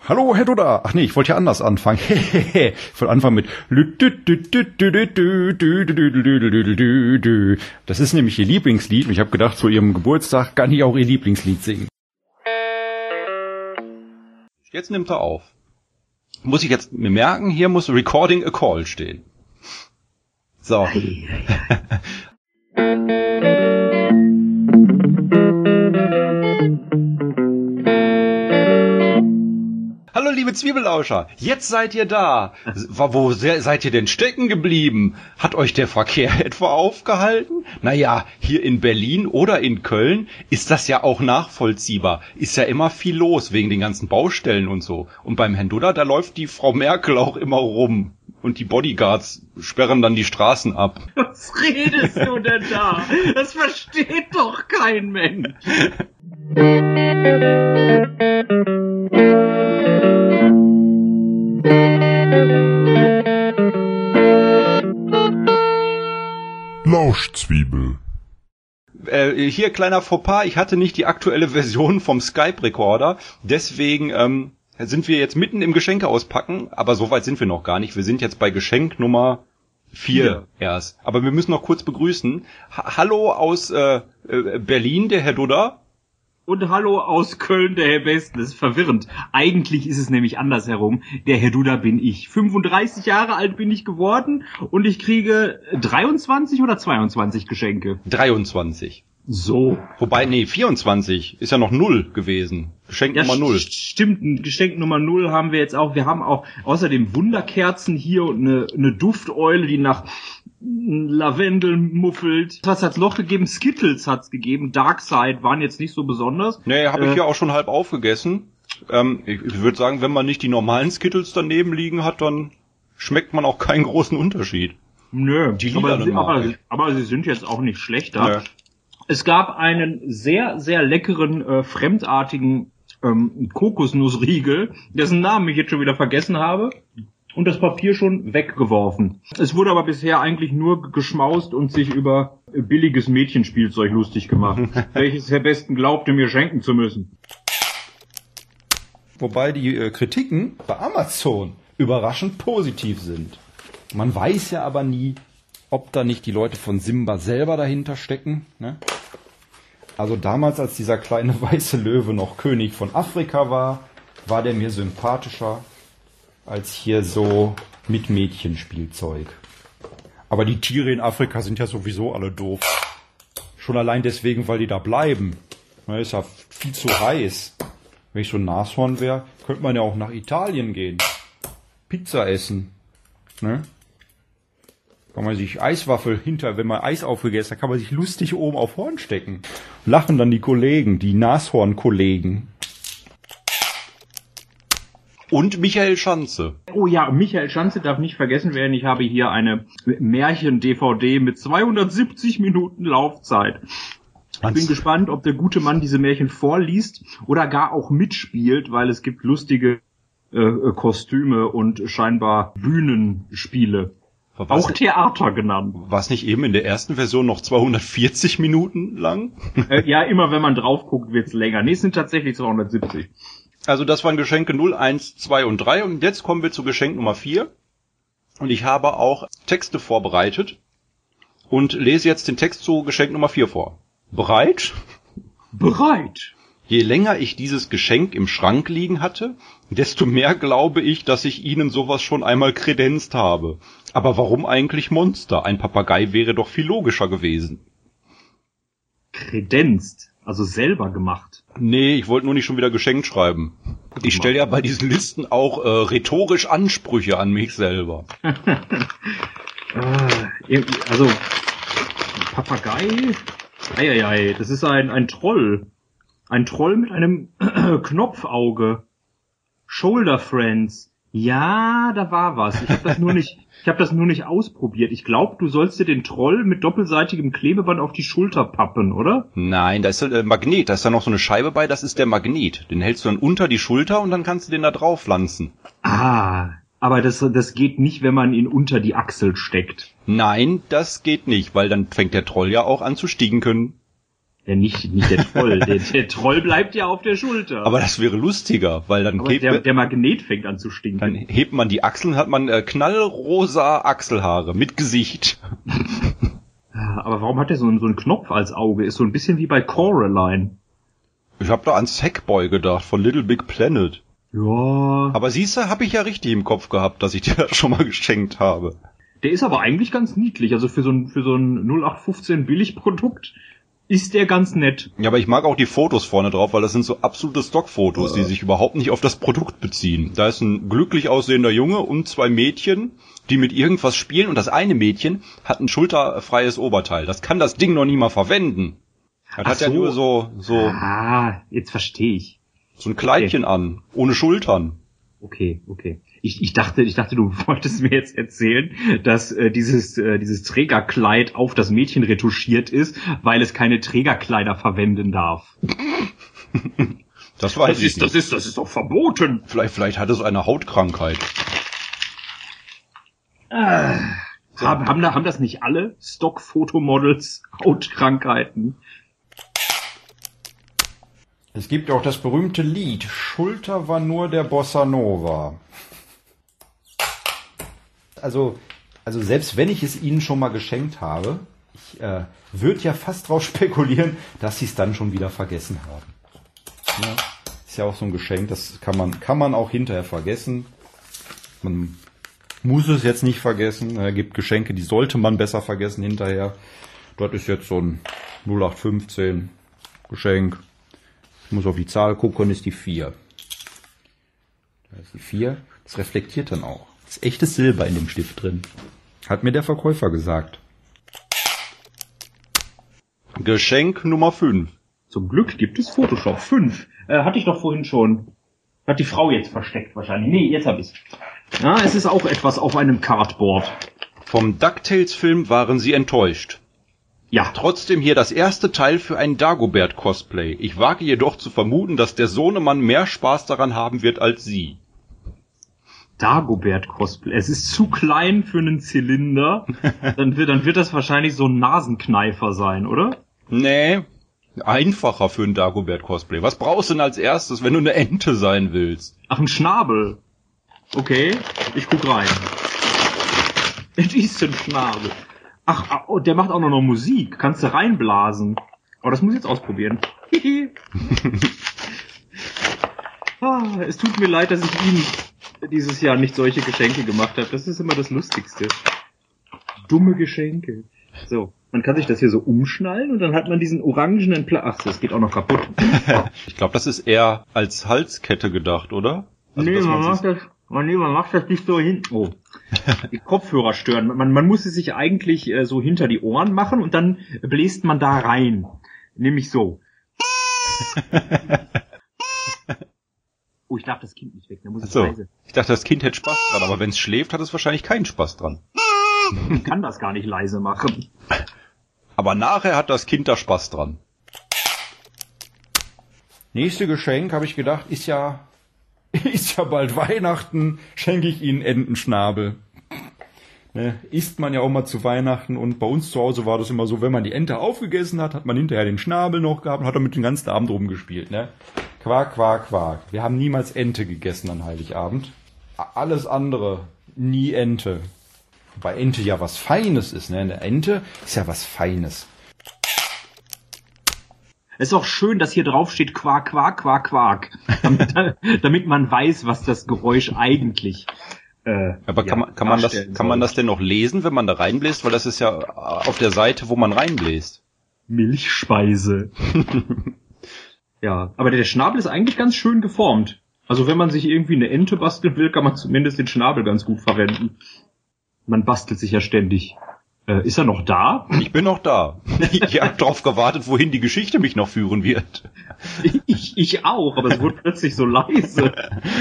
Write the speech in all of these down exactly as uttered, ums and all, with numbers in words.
Hallo, Herr Dudda. Ach nee, ich wollte ja anders anfangen. Ich wollte anfangen mit das ist nämlich Ihr Lieblingslied. Und ich habe gedacht, zu Ihrem Geburtstag kann ich auch Ihr Lieblingslied singen. Jetzt nimmt er auf. Muss ich jetzt mir merken, hier muss Recording a Call stehen. So. Hallo liebe Zwiebelauscher, jetzt seid ihr da. Wo seid ihr denn stecken geblieben? Hat euch der Verkehr etwa aufgehalten? Naja, hier in Berlin oder in Köln ist das ja auch nachvollziehbar. Ist ja immer viel los wegen den ganzen Baustellen und so. Und beim Herrn Dudda, da läuft die Frau Merkel auch immer rum. Und die Bodyguards sperren dann die Straßen ab. Was redest du denn da? Das versteht doch kein Mensch. Lauschzwiebel. Äh, hier kleiner Fauxpas, ich hatte nicht die aktuelle Version vom Skype-Recorder, deswegen ähm, sind wir jetzt mitten im Geschenke auspacken, aber so weit sind wir noch gar nicht. Wir sind jetzt bei Geschenk Nummer vier erst. Aber wir müssen noch kurz begrüßen. Ha- Hallo aus äh, äh, Berlin, der Herr Dudda. Und hallo aus Köln, der Herr Besten. Das ist verwirrend. Eigentlich ist es nämlich andersherum. Der Herr Dudda bin ich. fünfunddreißig Jahre alt bin ich geworden und ich kriege dreiundzwanzig oder zweiundzwanzig Geschenke. dreiundzwanzig. So. Wobei, nee, vierundzwanzig ist ja noch null gewesen. Geschenk Ja, Nummer null. st- Stimmt, ein Geschenk Nummer null haben wir jetzt auch. Wir haben auch außerdem Wunderkerzen hier und eine, eine Dufteule, die nach Lavendel muffelt. Was hat's noch gegeben? Skittles hat's gegeben. Darkside waren jetzt nicht so besonders. Nee, habe Äh, ich ja auch schon halb aufgegessen. Ähm, ich ich würde sagen, wenn man nicht die normalen Skittles daneben liegen hat, dann schmeckt man auch keinen großen Unterschied. Nö, Die aber, lilanen sie, mag aber, ich. aber sie sind jetzt auch nicht schlechter. Ja. Es gab einen sehr, sehr leckeren, äh, fremdartigen ähm, Kokosnussriegel, dessen Namen ich jetzt schon wieder vergessen habe und das Papier schon weggeworfen. Es wurde aber bisher eigentlich nur geschmaust und sich über billiges Mädchenspielzeug lustig gemacht, welches Herr Besten glaubte, mir schenken zu müssen. Wobei die äh, Kritiken bei Amazon überraschend positiv sind. Man weiß ja aber nie, ob da nicht die Leute von Simba selber dahinter stecken. Ne? Also damals, als dieser kleine weiße Löwe noch König von Afrika war, war der mir sympathischer als hier so mit Mädchenspielzeug. Aber die Tiere in Afrika sind ja sowieso alle doof. Schon allein deswegen, weil die da bleiben. Ne, ist ja viel zu heiß. Wenn ich so ein Nashorn wäre, könnte man ja auch nach Italien gehen. Pizza essen. Ne? Kann man sich Eiswaffel hinter, wenn man Eis aufgegessen hat, kann man sich lustig oben auf Horn stecken. Lachen dann die Kollegen, die Nashorn-Kollegen. Und Michael Schanze. Oh ja, Michael Schanze darf nicht vergessen werden. Ich habe hier eine Märchen-D V D mit zweihundertsiebzig Minuten Laufzeit. Ich bin gespannt, ob der gute Mann diese Märchen vorliest oder gar auch mitspielt, weil es gibt lustige äh, Kostüme und scheinbar Bühnenspiele. Was, Auch Theater genannt. war es nicht eben in der ersten Version noch zweihundertvierzig Minuten lang? äh, ja, immer wenn man drauf guckt, wird's länger. Nee, es sind tatsächlich zweihundertsiebzig. Also das waren Geschenke null, eins, zwei und drei. Und jetzt kommen wir zu Geschenk Nummer vier. Und ich habe auch Texte vorbereitet und lese jetzt den Text zu Geschenk Nummer vier vor. Bereit? Bereit. Je länger ich dieses Geschenk im Schrank liegen hatte, desto mehr glaube ich, dass ich Ihnen sowas schon einmal kredenzt habe. Aber warum eigentlich Monster? Ein Papagei wäre doch viel logischer gewesen. Kredenzt. Also selber gemacht. Nee, ich wollte nur nicht schon wieder geschenkt schreiben. Ich stelle ja bei diesen Listen auch äh, rhetorisch Ansprüche an mich selber. äh, also, Papagei? Eieiei, das ist ein, ein Troll. Ein Troll mit einem Knopfauge. Shoulder Friends. Ja, da war was. Ich habe das nur nicht, ich habe das nur nicht ausprobiert. Ich glaube, du sollst dir den Troll mit doppelseitigem Klebeband auf die Schulter pappen, oder? Nein, da ist der Magnet, da ist da noch so eine Scheibe bei, das ist der Magnet. Den hältst du dann unter die Schulter und dann kannst du den da drauf pflanzen. Ah, aber das, das geht nicht, wenn man ihn unter die Achsel steckt. Nein, das geht nicht, weil dann fängt der Troll ja auch an zu stinken. Ja, nicht, nicht der Troll. der, der Troll bleibt ja auf der Schulter. Aber das wäre lustiger, weil dann Aber hebt, der, der Magnet fängt an zu stinken. dann hebt man die Achseln, hat man äh, knallrosa Achselhaare mit Gesicht. Aber warum hat er so einen, so einen Knopf als Auge? Ist so ein bisschen wie bei Coraline. Ich habe da an Sackboy gedacht, von Little Big Planet. Ja. Aber siehste, habe ich ja richtig im Kopf gehabt, dass ich dir das schon mal geschenkt habe. Der ist aber eigentlich ganz niedlich. Also für so ein, für so ein null acht fünfzehn Billigprodukt ist der ganz nett. Ja, aber ich mag auch die Fotos vorne drauf, weil das sind so absolute Stockfotos, die sich überhaupt nicht auf das Produkt beziehen. Da ist ein glücklich aussehender Junge und zwei Mädchen, die mit irgendwas spielen, und das eine Mädchen hat ein schulterfreies Oberteil. Das kann das Ding noch nie mal verwenden. Das Ach hat ja so. nur so, so, Ah, jetzt verstehe ich. so ein Kleidchen an, ohne Schultern. Okay, okay. Ich, ich dachte, ich dachte, du wolltest mir jetzt erzählen, dass äh, dieses äh, dieses Trägerkleid auf das Mädchen retuschiert ist, weil es keine Trägerkleider verwenden darf. Das weiß Das ich ist, nicht. das ist, das ist doch verboten. Vielleicht, vielleicht hat es eine Hautkrankheit. Ah, haben, haben, da, haben das nicht alle Stock-Fotomodels Hautkrankheiten? Es gibt auch das berühmte Lied, Schulter war nur der Bossa Nova. Also, also selbst wenn ich es Ihnen schon mal geschenkt habe, ich äh, würde ja fast drauf spekulieren, dass Sie es dann schon wieder vergessen haben. Ja, ist ja auch so ein Geschenk, das kann man, kann man auch hinterher vergessen. Man muss es jetzt nicht vergessen. Es gibt Geschenke, die sollte man besser vergessen hinterher. Dort ist jetzt so ein null acht fünfzehn Geschenk. Ich muss auf die Zahl gucken, ist die vier. Da ist die vier. Das reflektiert dann auch. Das ist echtes Silber in dem Stift drin. Hat mir der Verkäufer gesagt. Geschenk Nummer fünf. Zum Glück gibt es Photoshop fünf. Äh, hatte ich doch vorhin schon. Hat die Frau jetzt versteckt wahrscheinlich. Nee, jetzt hab ich's. Ja, es ist auch etwas auf einem Cardboard. Vom DuckTales-Film waren sie enttäuscht. Ja, Trotzdem hier das erste Teil für ein Dagobert-Cosplay. Ich wage jedoch zu vermuten, dass der Sohnemann mehr Spaß daran haben wird als sie. Dagobert Cosplay. Es ist zu klein für einen Zylinder. Dann wird, dann wird das wahrscheinlich so ein Nasenkneifer sein, oder? Nee, einfacher für ein Dagobert-Cosplay. Was brauchst du denn als erstes, wenn du eine Ente sein willst? Ach, ein Schnabel. Okay, ich guck rein. Es ist ein Schnabel. Ach, ach, oh, der macht auch noch Musik. Kannst du reinblasen. Aber das muss ich jetzt ausprobieren. Ah, es tut mir leid, dass ich Ihnen dieses Jahr nicht solche Geschenke gemacht habe. Das ist immer das Lustigste. Dumme Geschenke. So, man kann sich das hier so umschnallen und dann hat man diesen orangenen Pla... Ach, das geht auch noch kaputt. Ich glaube, das ist eher als Halskette gedacht, oder? Also, nee, dass man man macht sich- das... Oh, nee, man macht das nicht so hin... Oh. Die Kopfhörer stören. Man, man muss es sich eigentlich äh, so hinter die Ohren machen und dann bläst man da rein. Nämlich so. Oh, ich darf das Kind nicht weg, da muss ich So, leise. ich dachte, das Kind hätte Spaß dran, aber wenn es schläft, hat es wahrscheinlich keinen Spaß dran. Ich kann das gar nicht leise machen. Aber nachher hat das Kind da Spaß dran. Nächste Geschenk, habe ich gedacht, ist ja, ist ja bald Weihnachten, schenke ich Ihnen Entenschnabel. Ne, isst man ja auch mal zu Weihnachten, und bei uns zu Hause war das immer so, wenn man die Ente aufgegessen hat, hat man hinterher den Schnabel noch gehabt und hat damit den ganzen Abend rumgespielt. Ne? Quark, Quark, Quark. Wir haben niemals Ente gegessen an Heiligabend. Alles andere, nie Ente. Wobei Ente ja was Feines ist. Ne? Eine Ente ist ja was Feines. Es ist auch schön, dass hier drauf steht Quark, Quark, Quark, Quark. Damit, damit man weiß, was das Geräusch eigentlich äh, Aber ja, kann man, kann man das, darstellen kann man soll. das denn noch lesen, wenn man da reinbläst? Weil das ist ja auf der Seite, wo man reinbläst. Milchspeise. Ja, aber der Schnabel ist eigentlich ganz schön geformt. Also wenn man sich irgendwie eine Ente basteln will, kann man zumindest den Schnabel ganz gut verwenden. Man bastelt sich ja ständig. Äh, ist er noch da? Ich bin noch da. Ich habe drauf gewartet, wohin die Geschichte mich noch führen wird. Ich, ich auch, aber es wurde plötzlich so leise.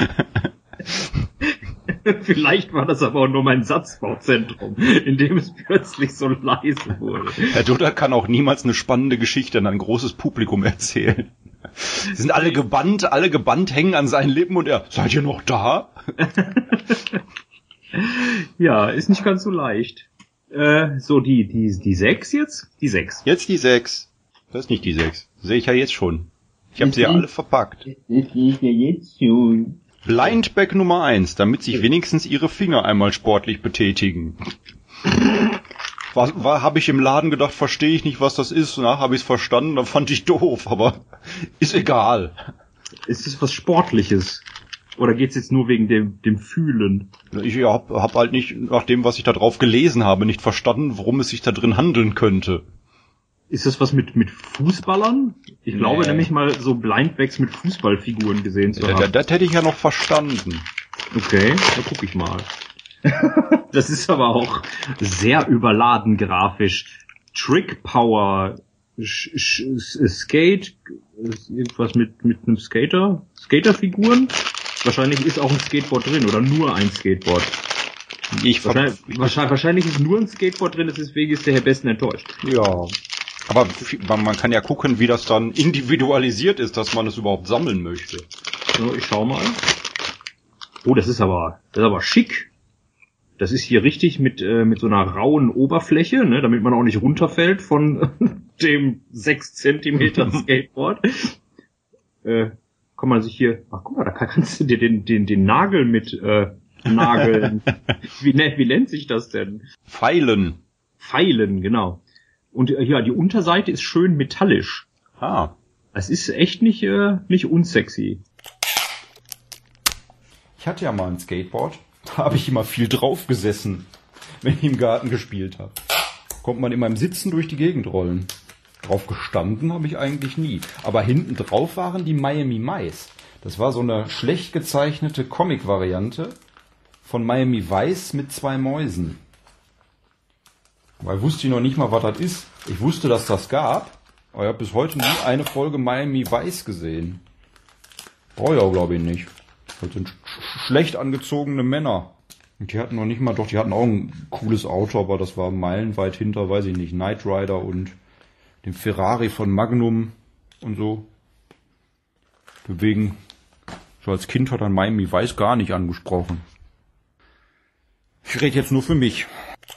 Vielleicht war das aber auch nur mein Satzbauzentrum, in dem es plötzlich so leise wurde. Herr Dudder kann auch niemals eine spannende Geschichte an ein großes Publikum erzählen. Sie sind alle gebannt, alle gebannt hängen an seinen Lippen und er, seid ihr noch da? Ja, ist nicht ganz so leicht. Äh, so, die, die, die sechs jetzt? Die sechs. Jetzt die sechs. Das ist nicht die sechs. Sehe ich ja jetzt schon. Ich habe sie ja alle verpackt. Das sehe ich ja jetzt schon. Blindback Nummer eins, damit sich wenigstens ihre Finger einmal sportlich betätigen. War, war, habe ich im Laden gedacht, verstehe ich nicht, was das ist. Na, habe ich es verstanden, dann fand ich doof, aber ist egal. Ist es was Sportliches? Oder geht's jetzt nur wegen dem, dem Fühlen? Ich ja, hab, hab halt nicht, nach dem, was ich da drauf gelesen habe, nicht verstanden, worum es sich da drin handeln könnte. Ist das was mit, mit Fußballern? Ich nee. glaube nämlich mal so Blindbacks mit Fußballfiguren gesehen zu haben. Das, das hätte ich ja noch verstanden. Okay, da guck ich mal. Das ist aber auch sehr überladen grafisch. Trick Power, Sch- Sch- Skate, irgendwas mit, mit einem Skater, Skaterfiguren. Wahrscheinlich ist auch ein Skateboard drin oder nur ein Skateboard. Ich wahrscheinlich, wahrscheinlich, wahrscheinlich ist nur ein Skateboard drin, deswegen ist der Herr Besten enttäuscht. Ja. Aber man kann ja gucken, wie das dann individualisiert ist, dass man es überhaupt sammeln möchte. So, ich schau mal. Oh, das ist aber, das ist aber schick. Das ist hier richtig mit äh, mit so einer rauen Oberfläche, ne, damit man auch nicht runterfällt von dem sechs Zentimeter Skateboard. äh, kann man sich hier, ach guck mal, da kannst du dir den den den Nagel mit äh, nageln. wie, ne, wie nennt sich das denn? Pfeilen. Pfeilen, genau. Und äh, ja, die Unterseite ist schön metallisch. Ah. Es ist echt nicht äh, nicht unsexy. Ich hatte ja mal ein Skateboard. Da habe ich immer viel drauf gesessen, wenn ich im Garten gespielt habe. Konnte man in meinem Sitzen durch die Gegend rollen. Drauf gestanden habe ich eigentlich nie. Aber hinten drauf waren die Miami Mice. Das war so eine schlecht gezeichnete Comic-Variante von Miami Vice mit zwei Mäusen. Weil wusste ich noch nicht mal, was das ist. Ich wusste, dass das gab, aber ich habe bis heute nie eine Folge Miami Vice gesehen. Brauche ich auch, glaube ich, nicht. Das sind sch- schlecht angezogene Männer. Und die hatten noch nicht mal, doch, die hatten auch ein cooles Auto, aber das war meilenweit hinter, weiß ich nicht, Knight Rider und dem Ferrari von Magnum und so. Deswegen, so als Kind hat dann Miami Vice gar nicht angesprochen. Ich rede jetzt nur für mich.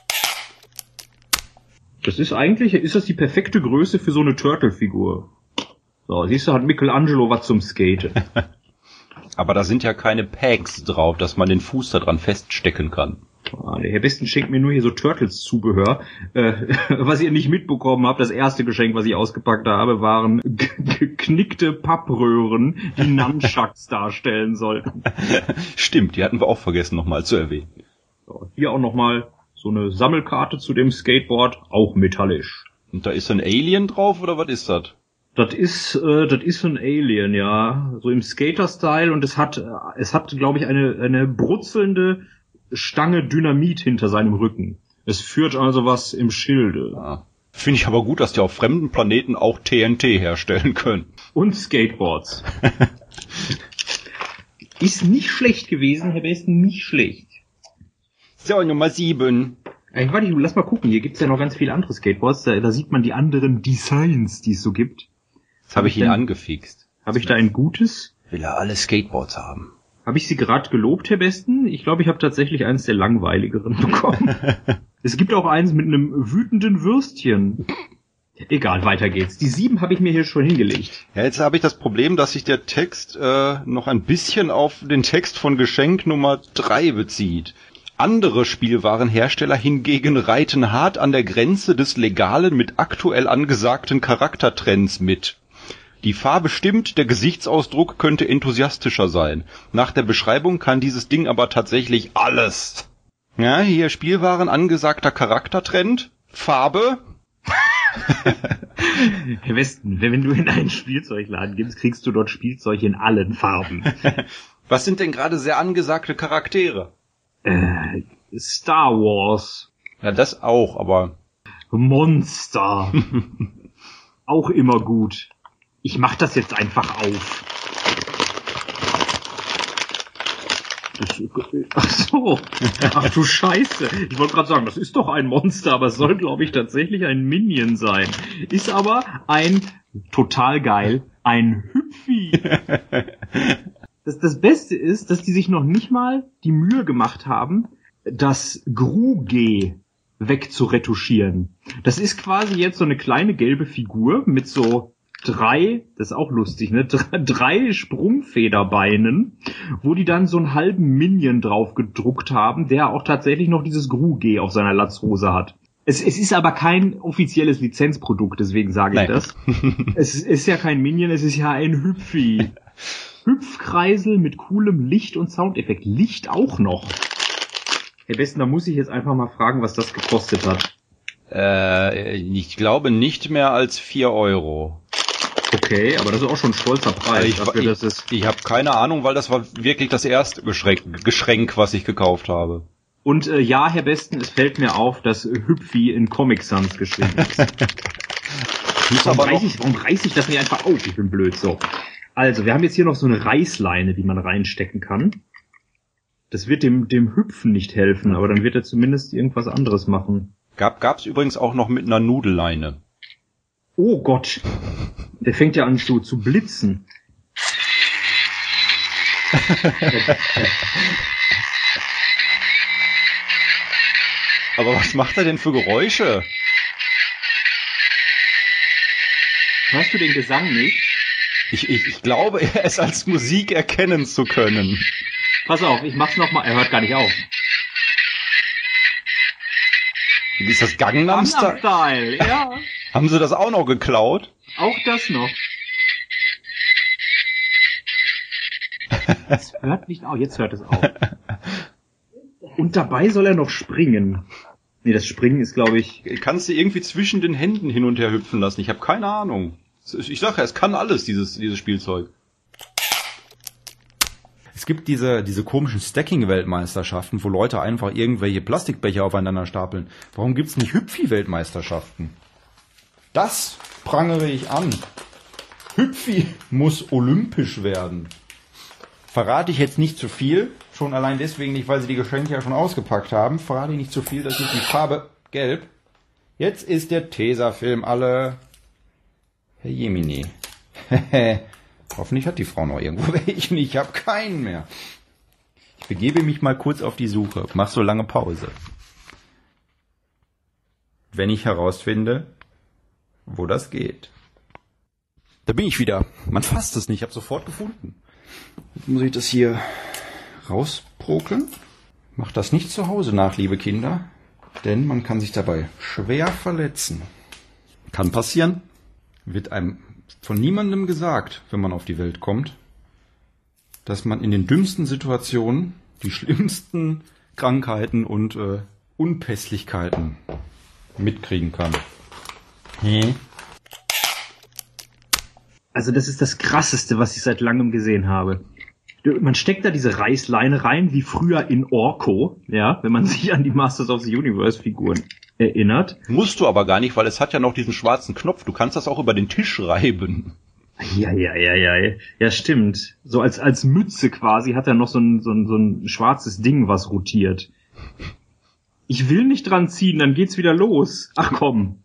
Das ist eigentlich, ist das die perfekte Größe für so eine Turtle-Figur. So, siehst du, hat Michelangelo was zum Skaten. Aber da sind ja keine Pegs drauf, dass man den Fuß da dran feststecken kann. Ah, der Herr Besten schenkt mir nur hier so Turtles-Zubehör. Äh, was ihr nicht mitbekommen habt, das erste Geschenk, was ich ausgepackt habe, waren g- geknickte Pappröhren, die Nunchucks darstellen sollten. Stimmt, die hatten wir auch vergessen nochmal zu erwähnen. So, hier auch nochmal so eine Sammelkarte zu dem Skateboard, auch metallisch. Und da ist ein Alien drauf, oder was ist das? Das ist, äh, das ist ein Alien, ja, so im Skater-Style, und es hat, äh, es hat, glaube ich, eine, eine brutzelnde Stange Dynamit hinter seinem Rücken. Es führt also was im Schilde. Ah. Finde ich aber gut, dass die auf fremden Planeten auch T N T herstellen können. Und Skateboards. Ist nicht schlecht gewesen, Herr Besten, nicht schlecht. So, Nummer sieben. Ey, warte, lass mal gucken, hier gibt's ja noch ganz viele andere Skateboards, da, da sieht man die anderen Designs, die es so gibt. Das habe ich ihn angefixt. Habe ich da ein gutes? Will er alle Skateboards haben. Habe ich sie gerade gelobt, Herr Besten? Ich glaube, ich habe tatsächlich eines der langweiligeren bekommen. Es gibt auch eins mit einem wütenden Würstchen. Egal, weiter geht's. Die sieben habe ich mir hier schon hingelegt. Ja, jetzt habe ich das Problem, dass sich der Text äh, noch ein bisschen auf den Text von Geschenk Nummer drei bezieht. Andere Spielwarenhersteller hingegen reiten hart an der Grenze des Legalen mit aktuell angesagten Charaktertrends mit. Die Farbe stimmt, der Gesichtsausdruck könnte enthusiastischer sein. Nach der Beschreibung kann dieses Ding aber tatsächlich alles. Ja, hier Spielwaren angesagter Charaktertrend, Farbe. Herr Westen, wenn du in einen Spielzeugladen gibst, kriegst du dort Spielzeug in allen Farben. Was sind denn gerade sehr angesagte Charaktere? Äh, Star Wars. Ja, das auch, aber... Monster. Auch immer gut. Ich mach das jetzt einfach auf. Das, ach so. Ach du Scheiße. Ich wollte gerade sagen, das ist doch ein Monster, aber es soll, glaube ich, tatsächlich ein Minion sein. Ist aber ein, total geil, ein Hüpfi. Das, das Beste ist, dass die sich noch nicht mal die Mühe gemacht haben, das Gru-G wegzuretuschieren. Das ist quasi jetzt so eine kleine gelbe Figur mit so drei, das ist auch lustig, ne, drei Sprungfederbeinen, wo die dann so einen halben Minion drauf gedruckt haben, der auch tatsächlich noch dieses Gru-G auf seiner Latzhose hat. Es, es ist aber kein offizielles Lizenzprodukt, deswegen sage ich Nein. das. Es ist ja kein Minion, es ist ja ein Hüpfi. Hüpfkreisel mit coolem Licht und Soundeffekt. Licht auch noch. Herr Besten, da muss ich jetzt einfach mal fragen, was das gekostet hat. Äh, ich glaube nicht mehr als vier Euro. Okay, aber das ist auch schon ein stolzer Preis. Ich, dafür, ich, dass es ich habe keine Ahnung, weil das war wirklich das erste Geschenk, Geschenk was ich gekauft habe. Und äh, ja, Herr Besten, es fällt mir auf, dass Hüpfi in Comic Sans geschrieben ist. warum, aber reiß ich, warum reiß ich das nicht einfach auf? Ich bin blöd. So. Also, wir haben jetzt hier noch so eine Reißleine, die man reinstecken kann. Das wird dem, dem Hüpfen nicht helfen, aber dann wird er zumindest irgendwas anderes machen. Gab, gab's übrigens auch noch mit einer Nudelleine. Oh Gott. Der fängt ja an zu, zu blitzen. Aber was macht er denn für Geräusche? Hörst du den Gesang nicht? Ich, ich, ich glaube, er ist als Musik erkennen zu können. Pass auf, ich mach's nochmal. Er hört gar nicht auf. Ist das Gangnam Style? Style, ja. Haben sie das auch noch geklaut? Auch das noch. Es hört nicht auf. Jetzt hört es auf. Und dabei soll er noch springen. Nee, das Springen ist, glaube ich... Kannst du irgendwie zwischen den Händen hin und her hüpfen lassen? Ich habe keine Ahnung. Ich sag ja, es kann alles, dieses, dieses Spielzeug. Es gibt diese, diese komischen Stacking-Weltmeisterschaften, wo Leute einfach irgendwelche Plastikbecher aufeinander stapeln. Warum gibt's nicht Hüpfi-Weltmeisterschaften? Das prangere ich an. Hüpfi muss olympisch werden. Verrate ich jetzt nicht zu viel, schon allein deswegen nicht, weil sie die Geschenke ja schon ausgepackt haben. Verrate ich nicht zu viel, das ist die Farbe gelb. Jetzt ist der Tesafilm alle. Herr Jemini. Hoffentlich hat die Frau noch irgendwo welchen. Ich habe keinen mehr. Ich begebe mich mal kurz auf die Suche. Mach so lange Pause. Wenn ich herausfinde, wo das geht. Da bin ich wieder. Man fasst es nicht. Ich habe sofort gefunden. Jetzt muss ich das hier rausprokeln. Macht das nicht zu Hause nach, liebe Kinder. Denn man kann sich dabei schwer verletzen. Kann passieren. Wird einem von niemandem gesagt, wenn man auf die Welt kommt, dass man in den dümmsten Situationen die schlimmsten Krankheiten und äh, Unpässlichkeiten mitkriegen kann. Hm? Also das ist das Krasseste, was ich seit langem gesehen habe. Man steckt da diese Reißleine rein, wie früher in Orko, ja, wenn man sich an die Masters of the Universe Figuren erinnert. Musst du aber gar nicht, weil es hat ja noch diesen schwarzen Knopf. Du kannst das auch über den Tisch reiben. Ja, ja, ja, ja, ja, stimmt. So als als Mütze quasi hat er noch so ein so ein so ein schwarzes Ding, was rotiert. Ich will nicht dran ziehen, dann geht's wieder los. Ach komm.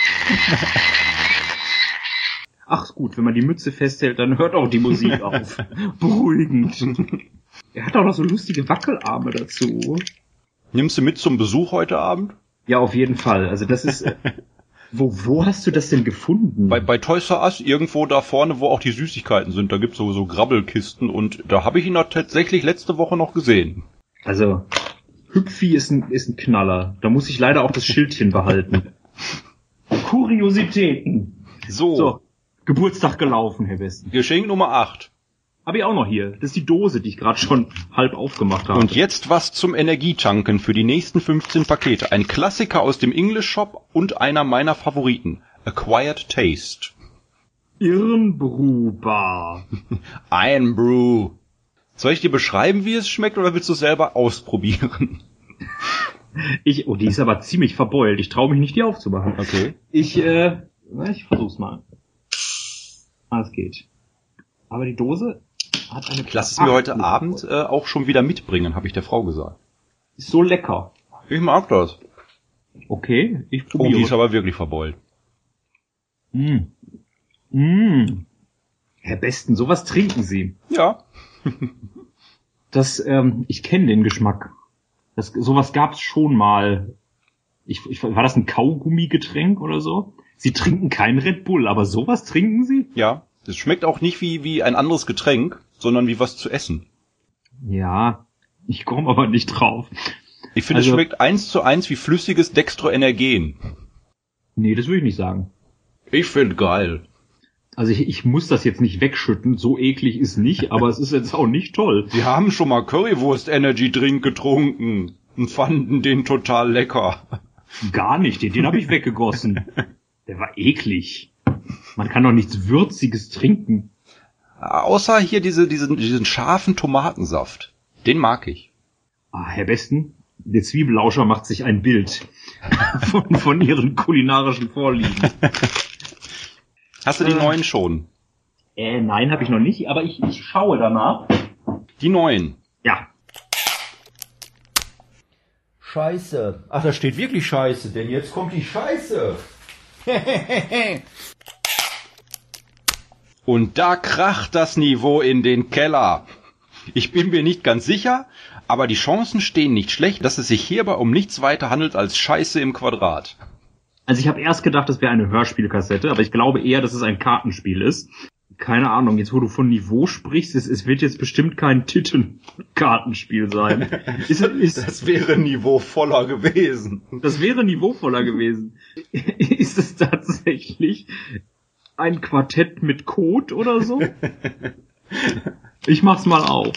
Ach gut, wenn man die Mütze festhält, dann hört auch die Musik auf. Beruhigend. Er hat auch noch so lustige Wackelarme dazu. Nimmst du mit zum Besuch heute Abend? Ja, auf jeden Fall. Also das ist... Wo, wo hast du das denn gefunden? Bei, bei Toys R Us, irgendwo da vorne, wo auch die Süßigkeiten sind. Da gibt's so, so Grabbelkisten und da habe ich ihn noch tatsächlich letzte Woche noch gesehen. Also, Hüpfi ist ein, ist ein Knaller. Da muss ich leider auch das Schildchen behalten. Kuriositäten. So. so. Geburtstag gelaufen, Herr Westen. Geschenk Nummer acht. Habe ich auch noch hier. Das ist die Dose, die ich gerade schon halb aufgemacht habe. Und jetzt was zum Energietanken für die nächsten fünfzehn Pakete. Ein Klassiker aus dem English Shop und einer meiner Favoriten. Acquired Taste. Irnbrewbar. Iron Brew. Soll ich dir beschreiben, wie es schmeckt, oder willst du es selber ausprobieren? Ich, oh, die ist aber ziemlich verbeult. Ich traue mich nicht, die aufzumachen. Okay. Ich, äh, na, ich versuch's mal. Ah, es geht. Aber die Dose hat eine... Ich lasse es mir heute Abend äh, auch schon wieder mitbringen, habe ich der Frau gesagt. Ist so lecker. Ich mag das. Okay, ich probiere. Oh, die ist aber wirklich verbeult. Mm. Mm. Herr Besten, sowas trinken Sie. Ja. Das, ähm, ich kenne den Geschmack. Das, sowas gab's schon mal Ich, ich, war das ein Kaugummigetränk oder so? Sie trinken kein Red Bull, aber sowas trinken sie? Ja, es schmeckt auch nicht wie, wie ein anderes Getränk, sondern wie was zu essen. Ja, ich komme aber nicht drauf. Ich finde, Also, es schmeckt eins zu eins wie flüssiges Dextroenergen. Nee, das würde ich nicht sagen. Ich finde geil. Also ich, ich muss das jetzt nicht wegschütten, so eklig ist nicht, aber es ist jetzt auch nicht toll. Wir haben schon mal Currywurst-Energy-Drink getrunken und fanden den total lecker. Gar nicht, den, den habe ich weggegossen. Der war eklig. Man kann doch nichts Würziges trinken. Außer hier diese, diesen, diesen scharfen Tomatensaft. Den mag ich. Ah, Herr Besten, der Zwiebellauscher macht sich ein Bild von, von Ihren kulinarischen Vorlieben. Hast du die Äh. neuen schon? Äh, nein, habe ich noch nicht, aber ich, ich schaue danach. Die neuen. Ja. Scheiße. Ach, da steht wirklich Scheiße, denn jetzt kommt die Scheiße. Und da kracht das Niveau in den Keller. Ich bin mir nicht ganz sicher, aber die Chancen stehen nicht schlecht, dass es sich hierbei um nichts weiter handelt als Scheiße im Quadrat. Also ich habe erst gedacht, das wäre eine Hörspielkassette, aber ich glaube eher, dass es ein Kartenspiel ist. Keine Ahnung, jetzt wo du von Niveau sprichst, es, es wird jetzt bestimmt kein Titten-Kartenspiel sein. Ist, ist, Das wäre niveauvoller gewesen. das wäre niveauvoller gewesen. Ist es tatsächlich ein Quartett mit Code oder so? Ich mach's mal auf.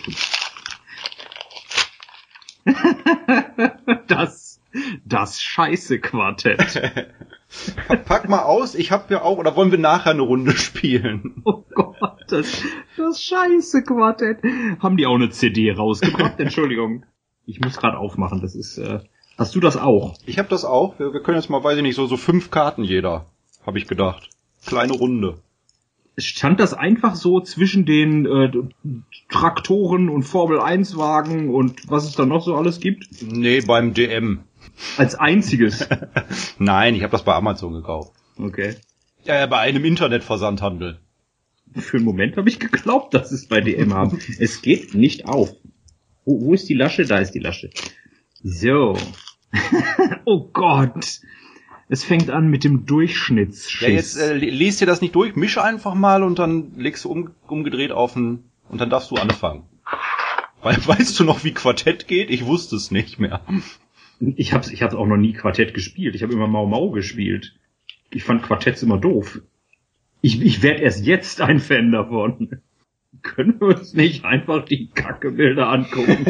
Das, das Scheiße-Quartett. Pack mal aus, ich hab ja auch, oder wollen wir nachher eine Runde spielen? Oh Gott, das, das Scheiße-Quartett. Haben die auch eine C D rausgebracht? Entschuldigung. Ich muss gerade aufmachen, das ist, äh, hast du das auch? Ich hab das auch. Wir, wir können jetzt mal, weiß ich nicht, so, so fünf Karten jeder, habe ich gedacht. Kleine Runde. Stand das einfach so zwischen den äh, Traktoren und Formel eins Wagen und was es da noch so alles gibt? Nee, beim D M. Als einziges. Nein, ich habe das bei Amazon gekauft. Okay. Ja, ja, bei einem Internetversandhandel. Für einen Moment habe ich geglaubt, dass es bei D M haben. Es geht nicht auf. Wo, wo ist die Lasche? Da ist die Lasche. So. Oh Gott. Es fängt an mit dem Durchschnittsschiss. Ja, jetzt äh, lest dir das nicht durch, mische einfach mal und dann legst du um, umgedreht auf den, und dann darfst du anfangen. Weil, weißt du noch, wie Quartett geht? Ich wusste es nicht mehr. Ich hab's, ich hab's auch noch nie Quartett gespielt. Ich habe immer Mau Mau gespielt. Ich fand Quartetts immer doof. Ich, ich werde erst jetzt ein Fan davon. Können wir uns nicht einfach die Kackebilder angucken?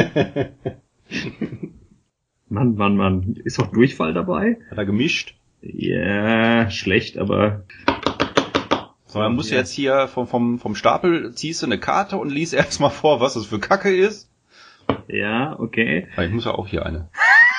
Mann, Mann, Mann. Ist auch Durchfall dabei? Hat er gemischt? Ja, schlecht, aber... So, man muss jetzt hier vom, vom, vom Stapel, ziehst du eine Karte und liest erstmal vor, was das für Kacke ist. Ja, okay. Aber ich muss ja auch hier eine.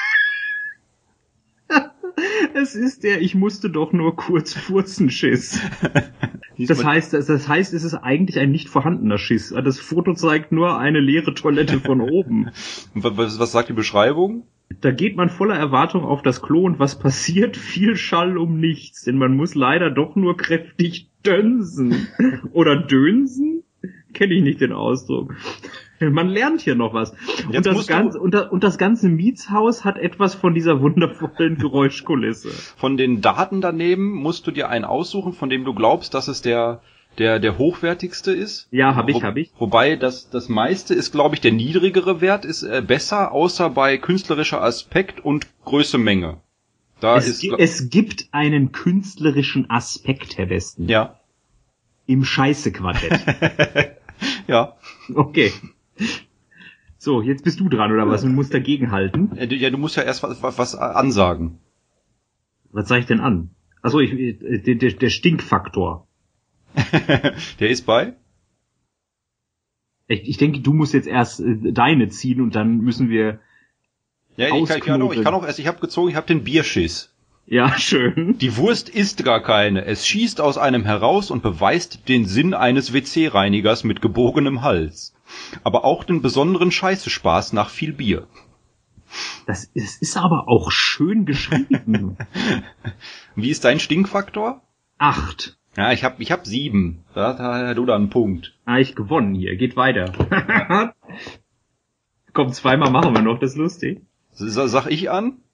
Es ist der, ich musste doch nur kurz furzen Schiss. Das heißt, das heißt, es ist eigentlich ein nicht vorhandener Schiss. Das Foto zeigt nur eine leere Toilette von oben. Und was, was sagt die Beschreibung? Da geht man voller Erwartung auf das Klo und was passiert? Viel Schall um nichts, denn man muss leider doch nur kräftig dönsen. Oder dönsen? Kenne ich nicht den Ausdruck. Man lernt hier noch was. Und das, ganze, und, das, und das ganze Mietshaus hat etwas von dieser wundervollen Geräuschkulisse. Von den Daten daneben musst du dir einen aussuchen, von dem du glaubst, dass es der der der hochwertigste ist. Ja, habe ich, Wo, habe ich. Wobei das das meiste ist, glaube ich, der niedrigere Wert ist äh, besser, außer bei künstlerischer Aspekt und Größe Menge. Da es, ist gi- es gibt einen künstlerischen Aspekt, Herr Westen. ja Im Scheiße-Quartett. ja Okay. So, jetzt bist du dran, oder was? Du musst dagegen halten. Äh, du- ja du musst ja erst was, was, was ansagen. Was sag ich denn an? Achso, ich, äh, der, der, der Stinkfaktor. Der ist bei Ich, ich denke, du musst jetzt erst äh, deine ziehen und dann müssen wir... ja ich kann, ich kann auch ich kann auch erst ich habe gezogen ich habe den Bierschiss. Ja, schön. Die Wurst ist gar keine. Es schießt aus einem heraus und beweist den Sinn eines W C-Reinigers mit gebogenem Hals. Aber auch den besonderen Scheiße-Spaß nach viel Bier. Das ist, ist aber auch schön geschrieben. Wie ist dein Stinkfaktor? Acht. Ja, ich hab, ich hab sieben. Da, da hast du da einen Punkt. Ah, ich gewonnen hier. Geht weiter. Komm, zweimal machen wir noch. Das ist lustig. S- Sag ich an?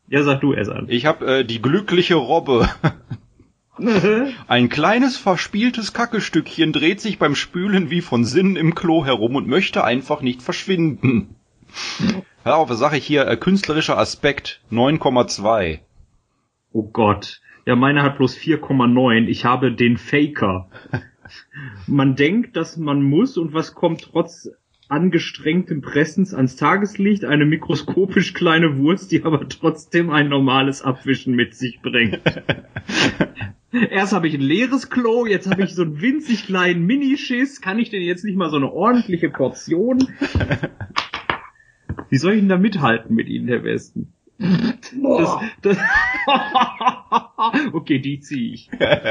Ja, sag du erst an. Ich habe äh, die glückliche Robbe. Ein kleines, verspieltes Kackestückchen dreht sich beim Spülen wie von Sinnen im Klo herum und möchte einfach nicht verschwinden. Hör auf, was sage ich hier? Äh, künstlerischer Aspekt neun Komma zwei. Oh Gott. Ja, meine hat bloß vier Komma neun. Ich habe den Faker. Man denkt, dass man muss, und was kommt trotz angestrengtem Pressens ans Tageslicht? Eine mikroskopisch kleine Wurst, die aber trotzdem ein normales Abwischen mit sich bringt. Erst habe ich ein leeres Klo, jetzt habe ich so einen winzig kleinen Minischiss. Kann ich denn jetzt nicht mal so eine ordentliche Portion? Wie soll ich denn da mithalten mit Ihnen, Herr Westen? Das, das okay, die ziehe ich.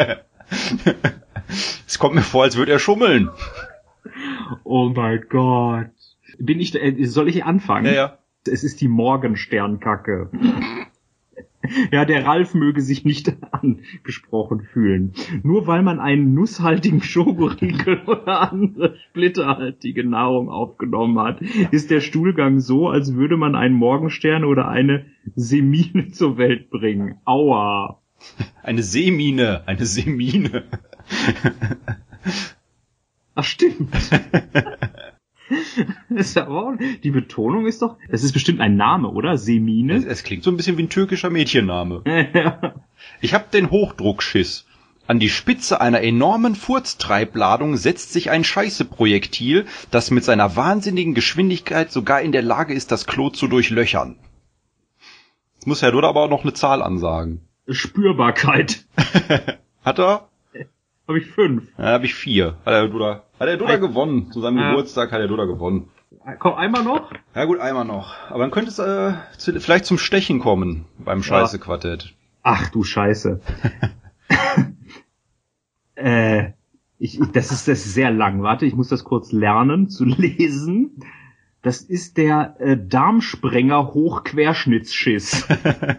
Es kommt mir vor, als würde er schummeln. Oh mein Gott. Bin ich, äh, soll ich anfangen? Ja, ja. Es ist die Morgensternkacke. Ja, der Ralf möge sich nicht angesprochen fühlen. Nur weil man einen nusshaltigen Schokoriegel oder andere splitterhaltige Nahrung aufgenommen hat, ist der Stuhlgang so, als würde man einen Morgenstern oder eine Semine zur Welt bringen. Aua. Eine Seemine, eine Seemine. Ach, stimmt. Das ist aber auch, die Betonung ist doch, das ist bestimmt ein Name, oder? Semine? Es, es klingt so ein bisschen wie ein türkischer Mädchenname. Ja. Ich hab den Hochdruckschiss. An die Spitze einer enormen Furztreibladung setzt sich ein Scheißeprojektil, das mit seiner wahnsinnigen Geschwindigkeit sogar in der Lage ist, das Klo zu durchlöchern. Jetzt muss Herr Duda aber auch noch eine Zahl ansagen. Spürbarkeit. Hat er? Habe ich fünf. Ja, habe ich vier. Hat der Duda, hat der Duda Ein, gewonnen. Zu seinem äh, Geburtstag hat der Duda gewonnen. Komm, einmal noch? Ja gut, einmal noch. Aber dann könnte es äh, zu, vielleicht zum Stechen kommen beim Scheiße-Quartett. Ach du Scheiße. äh, ich, ich, das ist das ist sehr lang. Warte, ich muss das kurz lernen zu lesen. Das ist der äh, Darmsprenger Hochquerschnittsschiss.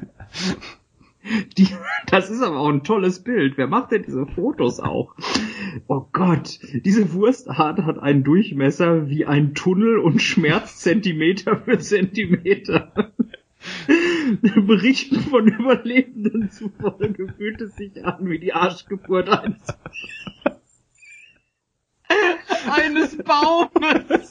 Die, das ist aber auch ein tolles Bild. Wer macht denn diese Fotos auch? Oh Gott, diese Wurstart hat einen Durchmesser wie ein Tunnel und Schmerz Zentimeter für Zentimeter. Berichten von Überlebenden zufolge fühlt es sich an wie die Arschgeburt eines, eines Baumes.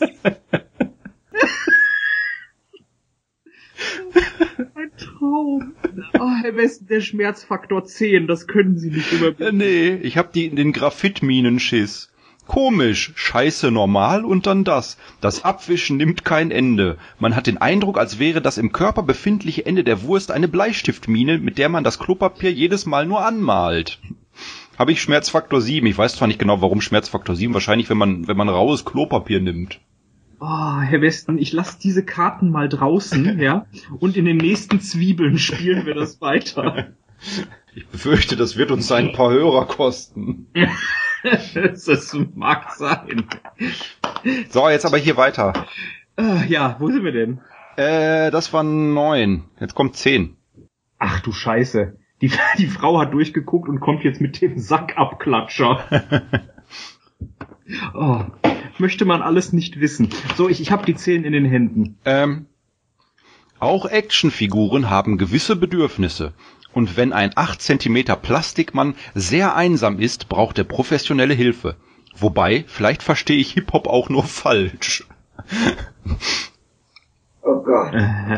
Ein Traum. Oh, Herr Westen, der Schmerzfaktor zehn, das können Sie nicht überbieten. Nee, ich hab die in den Graphitminenschiss. Komisch, Scheiße normal und dann das. Das Abwischen nimmt kein Ende. Man hat den Eindruck, als wäre das im Körper befindliche Ende der Wurst eine Bleistiftmine, mit der man das Klopapier jedes Mal nur anmalt. Habe ich Schmerzfaktor sieben. Ich weiß zwar nicht genau, warum Schmerzfaktor sieben. Wahrscheinlich, wenn man wenn man raues Klopapier nimmt. Oh, Herr Westen, ich lasse diese Karten mal draußen, ja, und in den nächsten Zwiebeln spielen wir das weiter. Ich befürchte, das wird uns ein paar Hörer kosten. Das mag sein. So, jetzt aber hier weiter. Uh, ja, wo sind wir denn? Äh, das war neun. Jetzt kommt zehn. Ach du Scheiße. Die, die Frau hat durchgeguckt und kommt jetzt mit dem Sackabklatscher. Oh, möchte man alles nicht wissen. So, ich, ich habe die Zehn in den Händen. Ähm, auch Actionfiguren haben gewisse Bedürfnisse. Und wenn ein acht Zentimeter Plastikmann sehr einsam ist, braucht er professionelle Hilfe. Wobei, vielleicht verstehe ich Hip-Hop auch nur falsch. Oh Gott.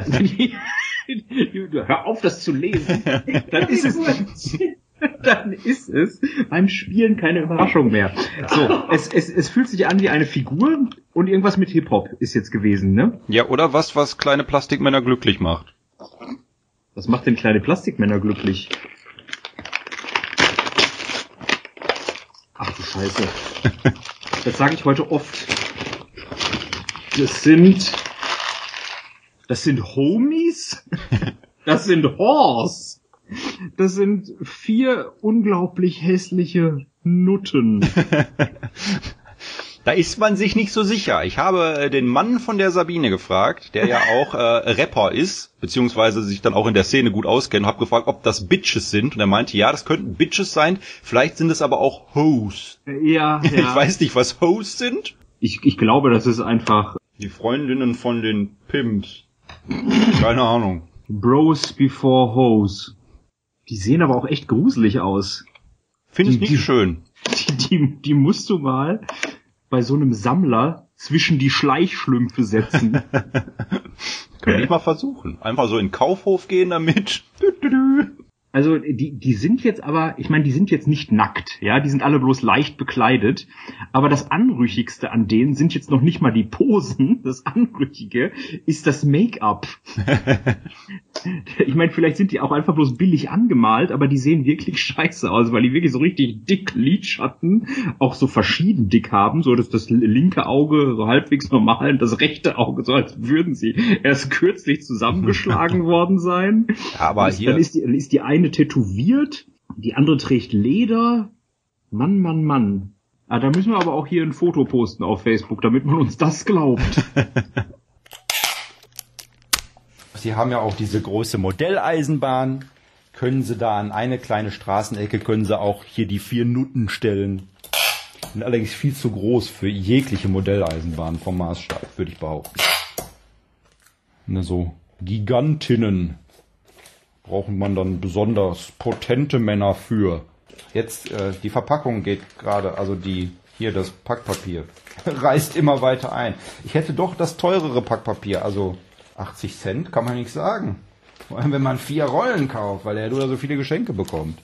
Hör auf, das zu lesen. Dann ist es, dann ist es beim Spielen keine Überraschung mehr. So, es, es, es fühlt sich an wie eine Figur und irgendwas mit Hip-Hop ist jetzt gewesen, ne? Ja, oder was, was kleine Plastikmänner glücklich macht. Was macht denn kleine Plastikmänner glücklich? Ach du Scheiße. Das sage ich heute oft. Das sind... Das sind Homies? Das sind Horse. Das sind vier unglaublich hässliche Nutten. Da ist man sich nicht so sicher. Ich habe den Mann von der Sabine gefragt, der ja auch äh, Rapper ist, beziehungsweise sich dann auch in der Szene gut auskennt, und habe gefragt, ob das Bitches sind. Und er meinte, ja, das könnten Bitches sein, vielleicht sind es aber auch Hoes. Ja, ja. Ich weiß nicht, was Hoes sind. Ich, ich glaube, das ist einfach... Die Freundinnen von den Pimps. Keine Ahnung. Bros before Hoes. Die sehen aber auch echt gruselig aus. Findest Die- nicht die- schön. Die, die, die musst du mal bei so einem Sammler zwischen die Schleichschlümpfe setzen. Könnte ich mal versuchen. Einfach so in den Kaufhof gehen damit. Dü, dü, dü. Also die, die sind jetzt aber, ich meine, die sind jetzt nicht nackt, ja, die sind alle bloß leicht bekleidet, aber das Anrüchigste an denen sind jetzt noch nicht mal die Posen, das Anrüchige ist das Make-up. Ich meine, vielleicht sind die auch einfach bloß billig angemalt, aber die sehen wirklich scheiße aus, weil die wirklich so richtig dick Lidschatten, auch so verschieden dick haben, so dass das linke Auge so halbwegs normal und das rechte Auge so, als würden sie erst kürzlich zusammengeschlagen worden sein. Ja, aber Und hier, Dann ist die, dann ist die eine tätowiert, die andere trägt Leder. Mann, Mann, Mann. Ah, da müssen wir aber auch hier ein Foto posten auf Facebook, damit man uns das glaubt. Sie haben ja auch diese große Modelleisenbahn. Können Sie da an eine kleine Straßenecke, können Sie auch hier die vier Nutten stellen. Sind allerdings viel zu groß für jegliche Modelleisenbahn vom Maßstab, würde ich behaupten. Ne, so Gigantinnen braucht man dann besonders potente Männer für. Jetzt, äh, die Verpackung geht gerade, also die, hier das Packpapier, reißt immer weiter ein. Ich hätte doch das teurere Packpapier, also achtzig Cent, kann man nicht sagen. Vor allem, wenn man vier Rollen kauft, weil er nur so viele Geschenke bekommt.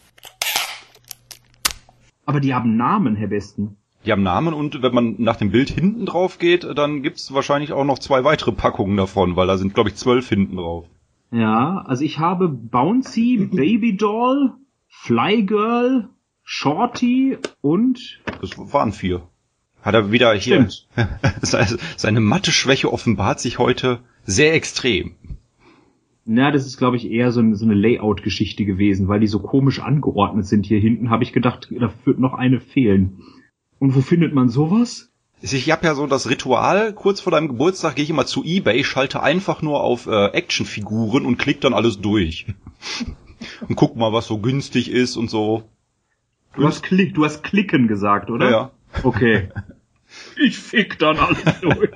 Aber die haben Namen, Herr Besten. die haben Namen und wenn man nach dem Bild hinten drauf geht, dann gibt's wahrscheinlich auch noch zwei weitere Packungen davon, weil da sind, glaube ich, zwölf hinten drauf. Ja, also ich habe Bouncy, Baby Doll, Fly Girl, Shorty und... Das waren vier. Hat er wieder hier... Stimmt. Seine Mathe-Schwäche offenbart sich heute sehr extrem. Na, das ist, glaube ich, eher so eine, so eine Layout-Geschichte gewesen, weil die so komisch angeordnet sind hier hinten, habe ich gedacht, da wird noch eine fehlen. Und wo findet man sowas? Ich habe ja so das Ritual, kurz vor deinem Geburtstag gehe ich immer zu eBay, schalte einfach nur auf äh, Actionfiguren und klick dann alles durch. Und guck mal, was so günstig ist und so. Du hast, Klick, du hast Klicken gesagt, oder? Ja, ja. Okay. Ich fick dann alles durch.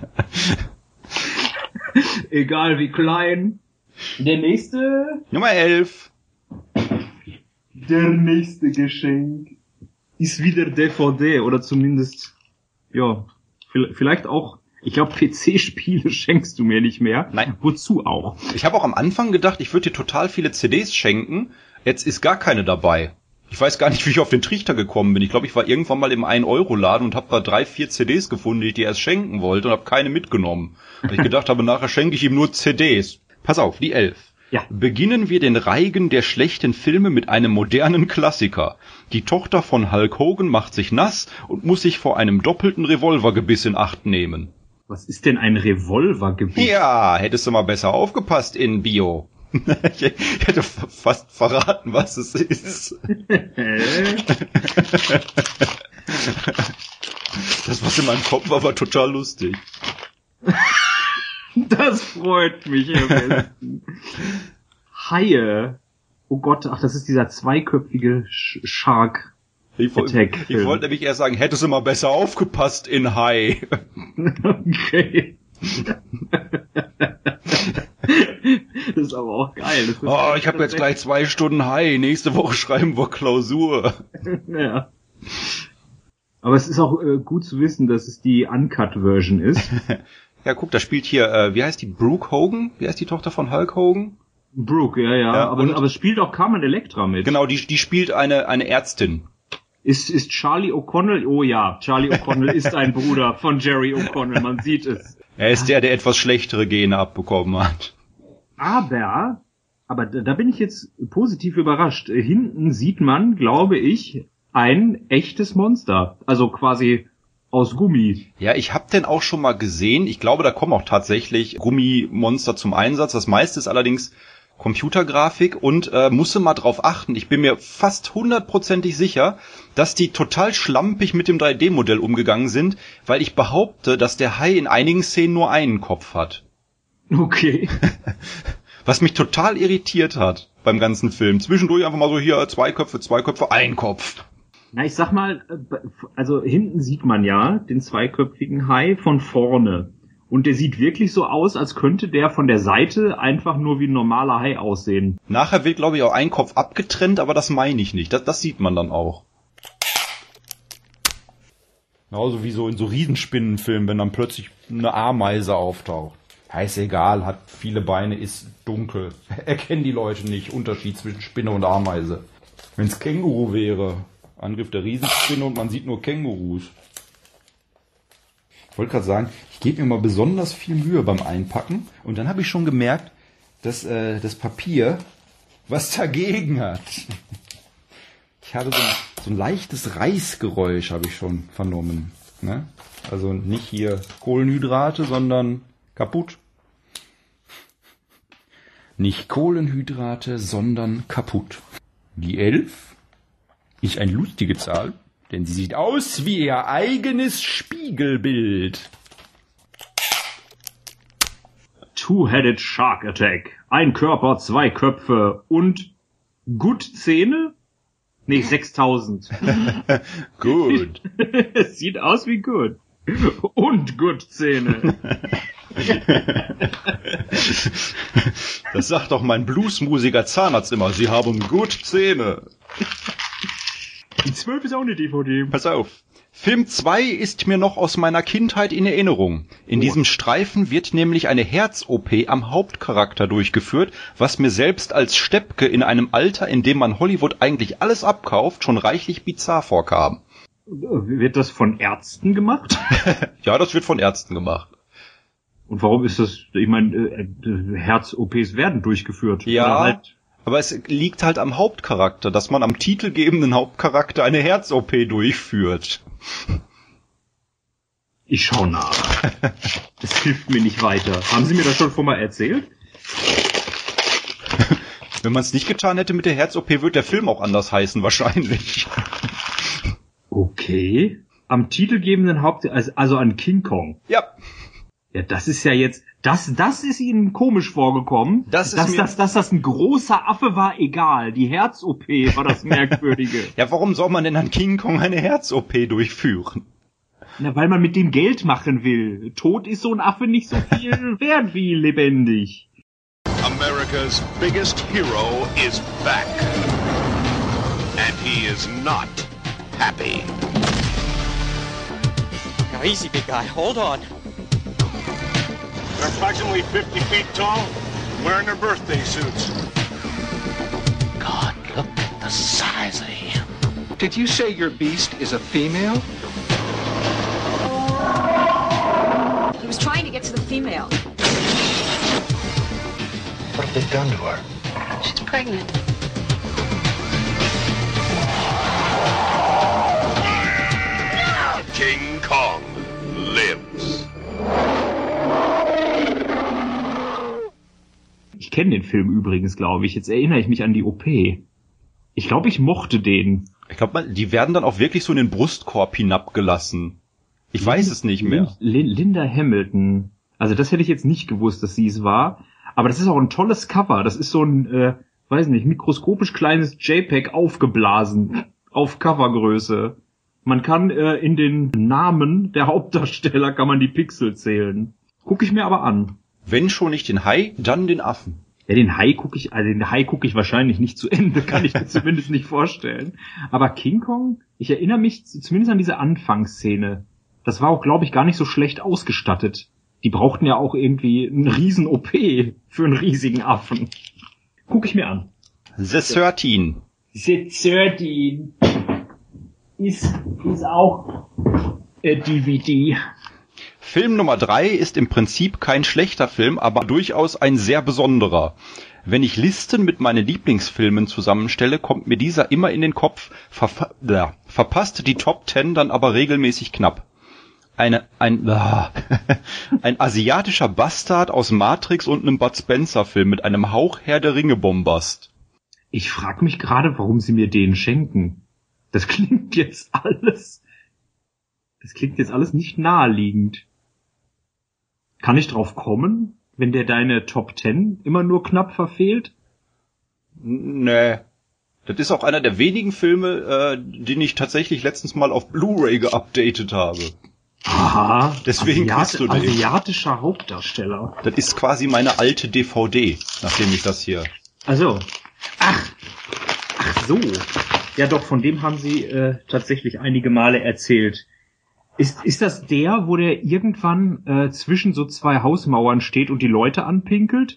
Egal wie klein. Der nächste... Nummer elf. Der nächste Geschenk ist wieder D V D oder zumindest, ja, vielleicht auch, ich glaube, P C-Spiele schenkst du mir nicht mehr. Nein. Wozu auch? Ich habe auch am Anfang gedacht, ich würde dir total viele C Ds schenken. Jetzt ist gar keine dabei. Ich weiß gar nicht, wie ich auf den Trichter gekommen bin. Ich glaube, ich war irgendwann mal im ein Euro Laden und habe da drei, vier C Ds gefunden, die ich dir erst schenken wollte und habe keine mitgenommen. Weil ich gedacht habe, nachher schenke ich ihm nur C Ds. Pass auf, die elf. Ja. Beginnen wir den Reigen der schlechten Filme mit einem modernen Klassiker. Die Tochter von Hulk Hogan macht sich nass und muss sich vor einem doppelten Revolvergebiss in Acht nehmen. Was ist denn ein Revolvergebiss? Ja, hättest du mal besser aufgepasst in Bio. Ich hätte fast verraten, was es ist. Das, was in meinem Kopf war, war total lustig. Das freut mich, Herr Westen. Haie. Oh Gott, ach, das ist dieser zweiköpfige Sch Shark. Ich, woll- Attack. ich wollte nämlich erst sagen, hättest du mal besser aufgepasst in Hai. Okay. Das ist aber auch geil. Das ist Oh, ich habe jetzt gleich zwei Stunden Hai. Nächste Woche schreiben wir Klausur. Ja. Aber es ist auch äh, gut zu wissen, dass es die Uncut-Version ist. Ja, guck, da spielt hier, äh, wie heißt die, Brooke Hogan? Wie heißt die Tochter von Hulk Hogan? Brooke, ja, ja. Ja, aber, und- aber es spielt auch Carmen Electra mit. Genau, die, die spielt eine, eine Ärztin. Ist, ist Charlie O'Connell? Oh ja, Charlie O'Connell ist ein Bruder von Jerry O'Connell, man sieht es. Er ist der, der etwas schlechtere Gene abbekommen hat. Aber, aber da, da bin ich jetzt positiv überrascht. Äh, Hinten sieht man, glaube ich, ein echtes Monster. Also quasi aus Gummi. Ja, ich hab den auch schon mal gesehen. Ich glaube, da kommen auch tatsächlich Gummimonster zum Einsatz. Das meiste ist allerdings Computergrafik und äh, musste mal drauf achten. Ich bin mir fast hundertprozentig sicher, dass die total schlampig mit dem drei D Modell umgegangen sind, weil ich behaupte, dass der Hai in einigen Szenen nur einen Kopf hat. Okay. Was mich total irritiert hat beim ganzen Film. Zwischendurch einfach mal so hier zwei Köpfe, zwei Köpfe, ein Kopf. Na, ich sag mal, äh, also hinten sieht man ja den zweiköpfigen Hai von vorne. Und der sieht wirklich so aus, als könnte der von der Seite einfach nur wie ein normaler Hai aussehen. Nachher wird, glaube ich, auch ein Kopf abgetrennt, aber das meine ich nicht. Das, das sieht man dann auch. Genauso wie so in so Riesenspinnenfilmen, wenn dann plötzlich eine Ameise auftaucht. Heißt egal, hat viele Beine, ist dunkel. Erkennen die Leute nicht Unterschied zwischen Spinne und Ameise. Wenn es Känguru wäre, Angriff der Riesenspinne und man sieht nur Kängurus. Ich wollte gerade sagen, ich gebe mir mal besonders viel Mühe beim Einpacken und dann habe ich schon gemerkt, dass äh, das Papier was dagegen hat. Ich habe so ein, so ein leichtes Reißgeräusch habe ich schon vernommen. Ne? Also nicht hier Kohlenhydrate, sondern kaputt. Nicht Kohlenhydrate, sondern kaputt. Die elf ist eine lustige Zahl. Denn sie sieht aus wie ihr eigenes Spiegelbild. Two-Headed Shark Attack. Ein Körper, zwei Köpfe und gut Zähne? Nee, sechstausend. Gut. Es sieht aus wie gut. Und gut Zähne. Das sagt doch mein Bluesmusiker Zahnarzt immer. Sie haben gut Zähne. Die zwölf ist auch eine D V D. Pass auf. Film zwei ist mir noch aus meiner Kindheit in Erinnerung. In oh. diesem Streifen wird nämlich eine Herz-O P am Hauptcharakter durchgeführt, was mir selbst als Steppke in einem Alter, in dem man Hollywood eigentlich alles abkauft, schon reichlich bizarr vorkam. Wird das von Ärzten gemacht? Ja, das wird von Ärzten gemacht. Und warum ist das, ich meine, äh, Herz-O Ps werden durchgeführt. Ja, halt aber es liegt halt am Hauptcharakter, dass man am titelgebenden Hauptcharakter eine Herz-O P durchführt. Ich schau nach. Das hilft mir nicht weiter. Haben Sie mir das schon vorher mal erzählt? Wenn man es nicht getan hätte mit der Herz-O P, wird der Film auch anders heißen, wahrscheinlich. Okay. Am titelgebenden Haupt... Also, also an King Kong. Ja. Ja, das ist ja jetzt... Das, das ist Ihnen komisch vorgekommen. Das ist dass, mir dass, dass das ein großer Affe war, egal. Die Herz-O P war das Merkwürdige. Ja, warum soll man denn an King Kong eine Herz-O P durchführen? Na, weil man mit dem Geld machen will. Tot ist so ein Affe nicht so viel wert wie lebendig. America's biggest hero is back. And he is not happy. Now easy, big guy. Hold on. They're approximately fifty feet tall, wearing their birthday suits. God, look at the size of him. Did you say your beast is a female? He was trying to get to the female. What have they done to her? She's pregnant. King Kong lives. Ich kenne den Film übrigens, glaube ich. Jetzt erinnere ich mich an die O P. Ich glaube, ich mochte den. Ich glaube, die werden dann auch wirklich so in den Brustkorb hinabgelassen. Ich weiß es nicht mehr. Lin- Linda Hamilton. Also das hätte ich jetzt nicht gewusst, dass sie es war. Aber das ist auch ein tolles Cover. Das ist so ein, äh, weiß nicht, mikroskopisch kleines JPEG aufgeblasen. Auf Covergröße. Man kann äh, in den Namen der Hauptdarsteller kann man die Pixel zählen. Guck ich mir aber an. Wenn schon nicht den Hai, dann den Affen. Ja, den Hai gucke ich, also den Hai gucke ich wahrscheinlich nicht zu Ende, kann ich mir zumindest nicht vorstellen. Aber King Kong, ich erinnere mich zumindest an diese Anfangsszene. Das war auch, glaube ich, gar nicht so schlecht ausgestattet. Die brauchten ja auch irgendwie einen riesen O P für einen riesigen Affen. Guck ich mir an. The thirteen. The thirteen ist, ist auch äh, D V D. Film Nummer drei ist im Prinzip kein schlechter Film, aber durchaus ein sehr besonderer. Wenn ich Listen mit meinen Lieblingsfilmen zusammenstelle, kommt mir dieser immer in den Kopf, verfa- ja, verpasst die Top Ten dann aber regelmäßig knapp. Eine, ein, äh, ein asiatischer Bastard aus Matrix und einem Bud Spencer Film mit einem Hauch Herr der Ringe Bombast. Ich frage mich gerade, warum sie mir den schenken. Das klingt jetzt alles, das klingt jetzt alles nicht naheliegend. Kann ich drauf kommen, wenn der deine Top Ten immer nur knapp verfehlt? Nee. Das ist auch einer der wenigen Filme, äh, den ich tatsächlich letztens mal auf Blu-ray geupdatet habe. Aha, Deswegen Asiat- kriegst du den. asiatischer Hauptdarsteller. Das ist quasi meine alte D V D, nachdem ich das hier... Also, ach, ach so. Ja doch, von dem haben Sie äh, tatsächlich einige Male erzählt. Ist, ist das der, wo der irgendwann äh, zwischen so zwei Hausmauern steht und die Leute anpinkelt?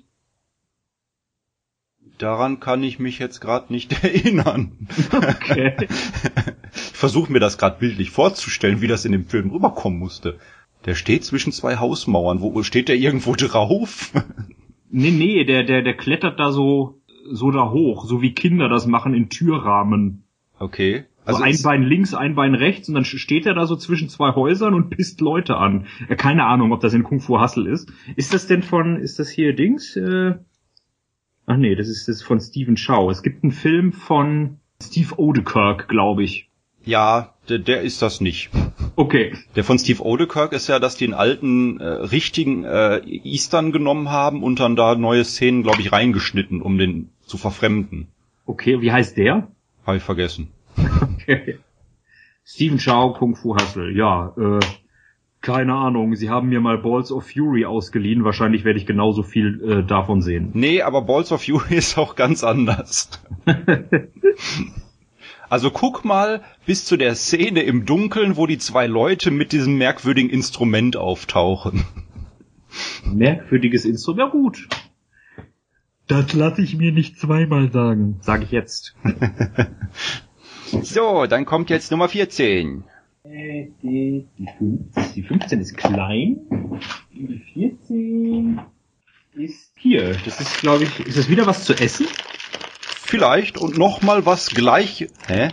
Daran kann ich mich jetzt gerade nicht erinnern. Okay. Ich versuche mir das gerade bildlich vorzustellen, wie das in dem Film rüberkommen musste. Der steht zwischen zwei Hausmauern. Wo steht der irgendwo drauf? Nee, nee, der, der, der klettert da so, so da hoch, so wie Kinder das machen in Türrahmen. Okay. Also Also ein ist- Bein links, ein Bein rechts und dann steht er da so zwischen zwei Häusern und pisst Leute an. Äh, keine Ahnung, ob das in Kung Fu Hustle ist. Ist das denn von, ist das hier Dings? Äh, ach nee, das ist das ist von Stephen Chow. Es gibt einen Film von Steve Odekirk, glaube ich. Ja, der, der ist das nicht. Okay. Der von Steve Odekirk ist ja, dass die einen alten, äh, richtigen äh, Eastern genommen haben und dann da neue Szenen, glaube ich, reingeschnitten, um den zu verfremden. Okay, wie heißt der? Habe ich vergessen. Okay. Stephen Chow, Kung Fu Hustle. Ja, äh, keine Ahnung. Sie haben mir mal Balls of Fury ausgeliehen. Wahrscheinlich werde ich genauso viel äh, davon sehen. Nee, aber Balls of Fury ist auch ganz anders. Also guck mal bis zu der Szene im Dunkeln, wo die zwei Leute mit diesem merkwürdigen Instrument auftauchen. Merkwürdiges Instrument. Ja gut. Das lasse ich mir nicht zweimal sagen. Sag ich jetzt. So, dann kommt jetzt Nummer vierzehn. Äh, die, die, fünfzehn, die fünfzehn ist klein. Die vierzehn ist Hier, das ist, glaube ich, ist das wieder was zu essen? Vielleicht und noch mal was gleich... Hä?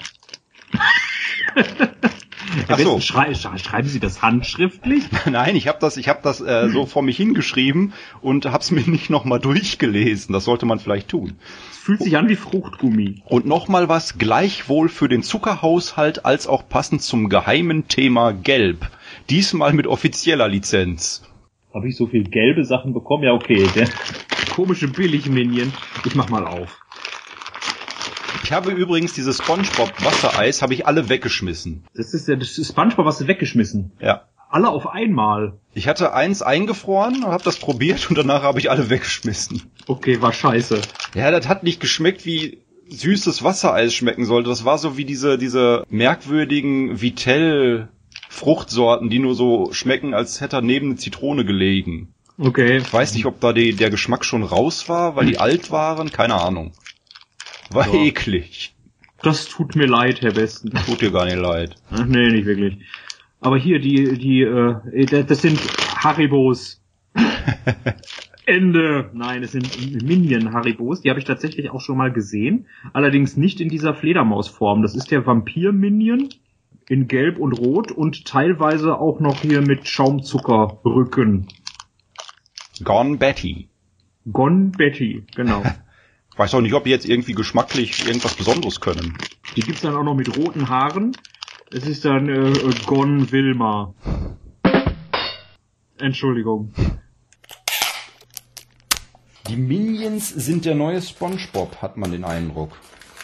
Herr Ach so. Westen, schrei schrei schreiben Sie das handschriftlich? Nein, ich habe das, ich hab das äh, so vor mich hingeschrieben und hab's mir nicht noch mal durchgelesen. Das sollte man vielleicht tun. Es fühlt sich an wie Fruchtgummi. Und noch mal was gleichwohl für den Zuckerhaushalt als auch passend zum geheimen Thema Gelb. Diesmal mit offizieller Lizenz. Habe ich so viel gelbe Sachen bekommen? Ja, okay. Der komische Billig-Minion. Ich mach mal auf. Ich habe übrigens dieses SpongeBob Wassereis, habe ich alle weggeschmissen. Das ist ja das ist SpongeBob, was du weggeschmissen. Ja. Alle auf einmal. Ich hatte eins eingefroren, habe das probiert und danach habe ich alle weggeschmissen. Okay, war scheiße. Ja, das hat nicht geschmeckt, wie süßes Wassereis schmecken sollte. Das war so wie diese diese merkwürdigen Vitell-Fruchtsorten, die nur so schmecken, als hätte er neben eine Zitrone gelegen. Okay. Ich weiß nicht, ob da die, der Geschmack schon raus war, weil die alt waren. Keine Ahnung. War Ja. eklig. Das tut mir leid, Herr Westen. Tut dir gar nicht leid. Ach, nee, nicht wirklich. Aber hier, die, die, äh, das sind Haribos. Ende. Nein, es sind Minion-Haribos. Die habe ich tatsächlich auch schon mal gesehen. Allerdings nicht in dieser Fledermausform. Das ist der Vampir-Minion in Gelb und Rot und teilweise auch noch hier mit Schaumzuckerrücken. Gone Betty. Gone Betty, genau. Ich weiß auch nicht, ob die jetzt irgendwie geschmacklich irgendwas Besonderes können. Die gibt's dann auch noch mit roten Haaren. Es ist dann äh, Gone Wilma. Entschuldigung. Die Minions sind der neue SpongeBob, hat man den Eindruck.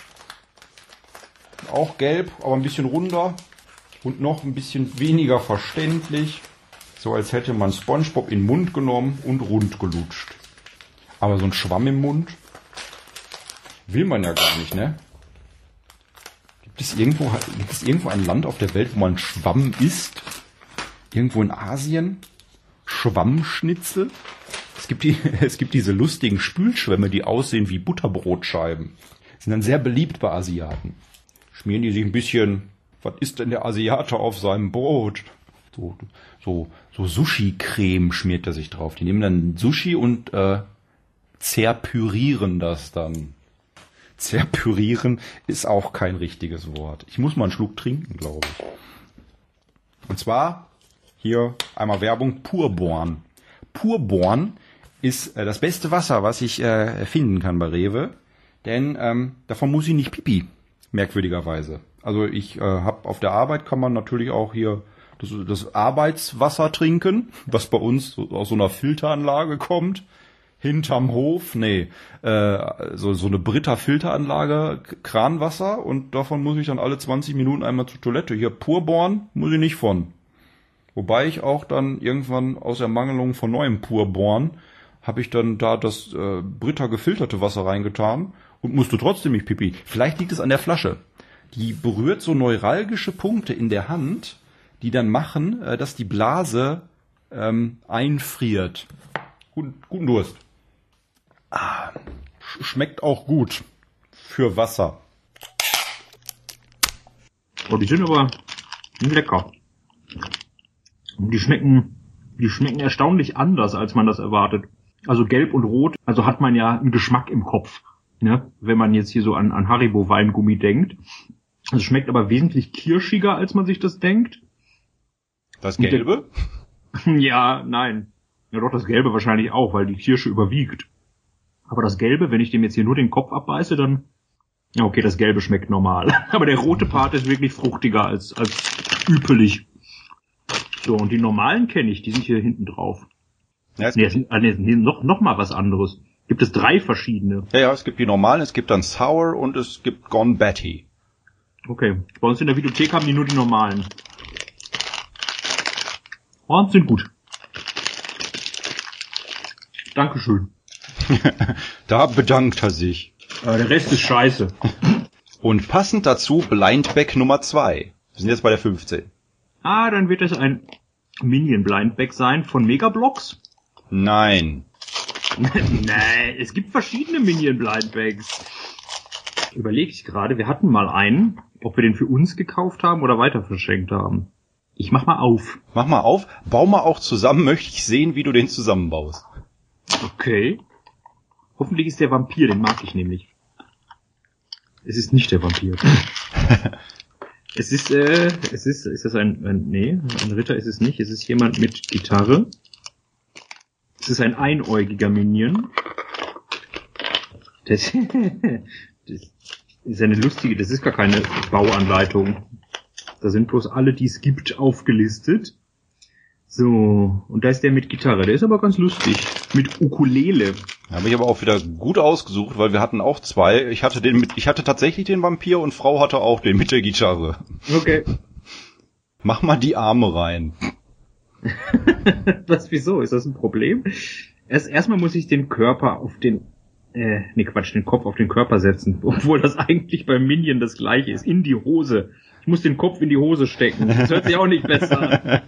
Auch gelb, aber ein bisschen runder und noch ein bisschen weniger verständlich. So als hätte man SpongeBob in den Mund genommen und rund gelutscht. Aber so ein Schwamm im Mund will man ja gar nicht, ne? Gibt es irgendwo, gibt es irgendwo ein Land auf der Welt, wo man Schwamm isst? Irgendwo in Asien? Schwammschnitzel? Es gibt, die, es gibt diese lustigen Spülschwämme, die aussehen wie Butterbrotscheiben. Sind dann sehr beliebt bei Asiaten. Schmieren die sich ein bisschen, was isst denn der Asiate auf seinem Brot? So, so, so Sushi-Creme schmiert er sich drauf. Die nehmen dann Sushi und äh, zerpürieren das dann. Zerpürieren ist auch kein richtiges Wort. Ich muss mal einen Schluck trinken, glaube ich. Und zwar hier einmal Werbung, Purborn. Purborn ist äh, das beste Wasser, was ich äh, finden kann bei Rewe. Denn ähm, davon muss ich nicht pipi, merkwürdigerweise. Also ich äh, habe auf der Arbeit kann man natürlich auch hier das, das Arbeitswasser trinken, was bei uns so, aus so einer Filteranlage kommt. Hinterm Hof, nee, äh, so, so eine Britta-Filteranlage, Kranwasser und davon muss ich dann alle zwanzig Minuten einmal zur Toilette. Hier Purborn muss ich nicht von. Wobei ich auch dann irgendwann aus Ermangelung von neuem Purborn habe ich dann da das äh, Brita gefilterte Wasser reingetan und musste trotzdem nicht pipi. Vielleicht liegt es an der Flasche. Die berührt so neuralgische Punkte in der Hand, die dann machen, äh, dass die Blase ähm, einfriert. Gut, guten Durst. Ah, sch- schmeckt auch gut für Wasser. Oh, die sind aber lecker. Die schmecken, die schmecken erstaunlich anders, als man das erwartet. Also gelb und rot, also hat man ja einen Geschmack im Kopf, ne? Wenn man jetzt hier so an, an Haribo-Weingummi denkt. Es schmeckt aber wesentlich kirschiger, als man sich das denkt. Das Gelbe? Ja, nein. Ja doch, das Gelbe wahrscheinlich auch, weil die Kirsche überwiegt. Aber das Gelbe, wenn ich dem jetzt hier nur den Kopf abbeiße, dann... Ja, okay, das Gelbe schmeckt normal. Aber der rote Part ist wirklich fruchtiger als, als üppelig. So, und die normalen kenne ich, die sind hier hinten drauf. Ja, es Nee, gibt, es sind, ah, nee, nee, noch, noch mal was anderes. Gibt es drei verschiedene. ja, ja, es gibt die normalen, es gibt dann Sour und es gibt Gone Betty. Okay, bei uns in der Videothek haben die nur die normalen. Und sind gut. Dankeschön. Da bedankt er sich. Äh, der Rest ist scheiße. Und passend dazu Blindback Nummer zwei. Wir sind jetzt bei der fünfzehn. Ah, dann wird das ein Minion Blindback sein von Megablocks. Nein. Nee, es gibt verschiedene Minion Blindbags. Überlege ich gerade, wir hatten mal einen, ob wir den für uns gekauft haben oder weiter verschenkt haben. Ich mach mal auf. Mach mal auf, bau mal auch zusammen, möchte ich sehen, wie du den zusammenbaust. Okay. Hoffentlich ist der Vampir, den mag ich nämlich. Es ist nicht der Vampir. Es ist, äh, es ist, ist das ein, ein, nee, ein Ritter ist es nicht. Es ist jemand mit Gitarre. Es ist ein einäugiger Minion. Das, das ist eine lustige, das ist gar keine Bauanleitung. Da sind bloß alle, die es gibt, aufgelistet. So, und da ist der mit Gitarre. Der ist aber ganz lustig. Mit Ukulele. Habe ich aber auch wieder gut ausgesucht, weil wir hatten auch zwei. Ich hatte den mit, ich hatte tatsächlich den Vampir und Frau hatte auch den mit der Gitarre. Okay. Mach mal die Arme rein. Was, wieso? Ist das ein Problem? Erst, erstmal muss ich den Körper auf den, äh, nee, Quatsch, den Kopf auf den Körper setzen. Obwohl das eigentlich beim Minion das gleiche ist. In die Hose. Ich muss den Kopf in die Hose stecken. Das hört sich auch nicht besser an.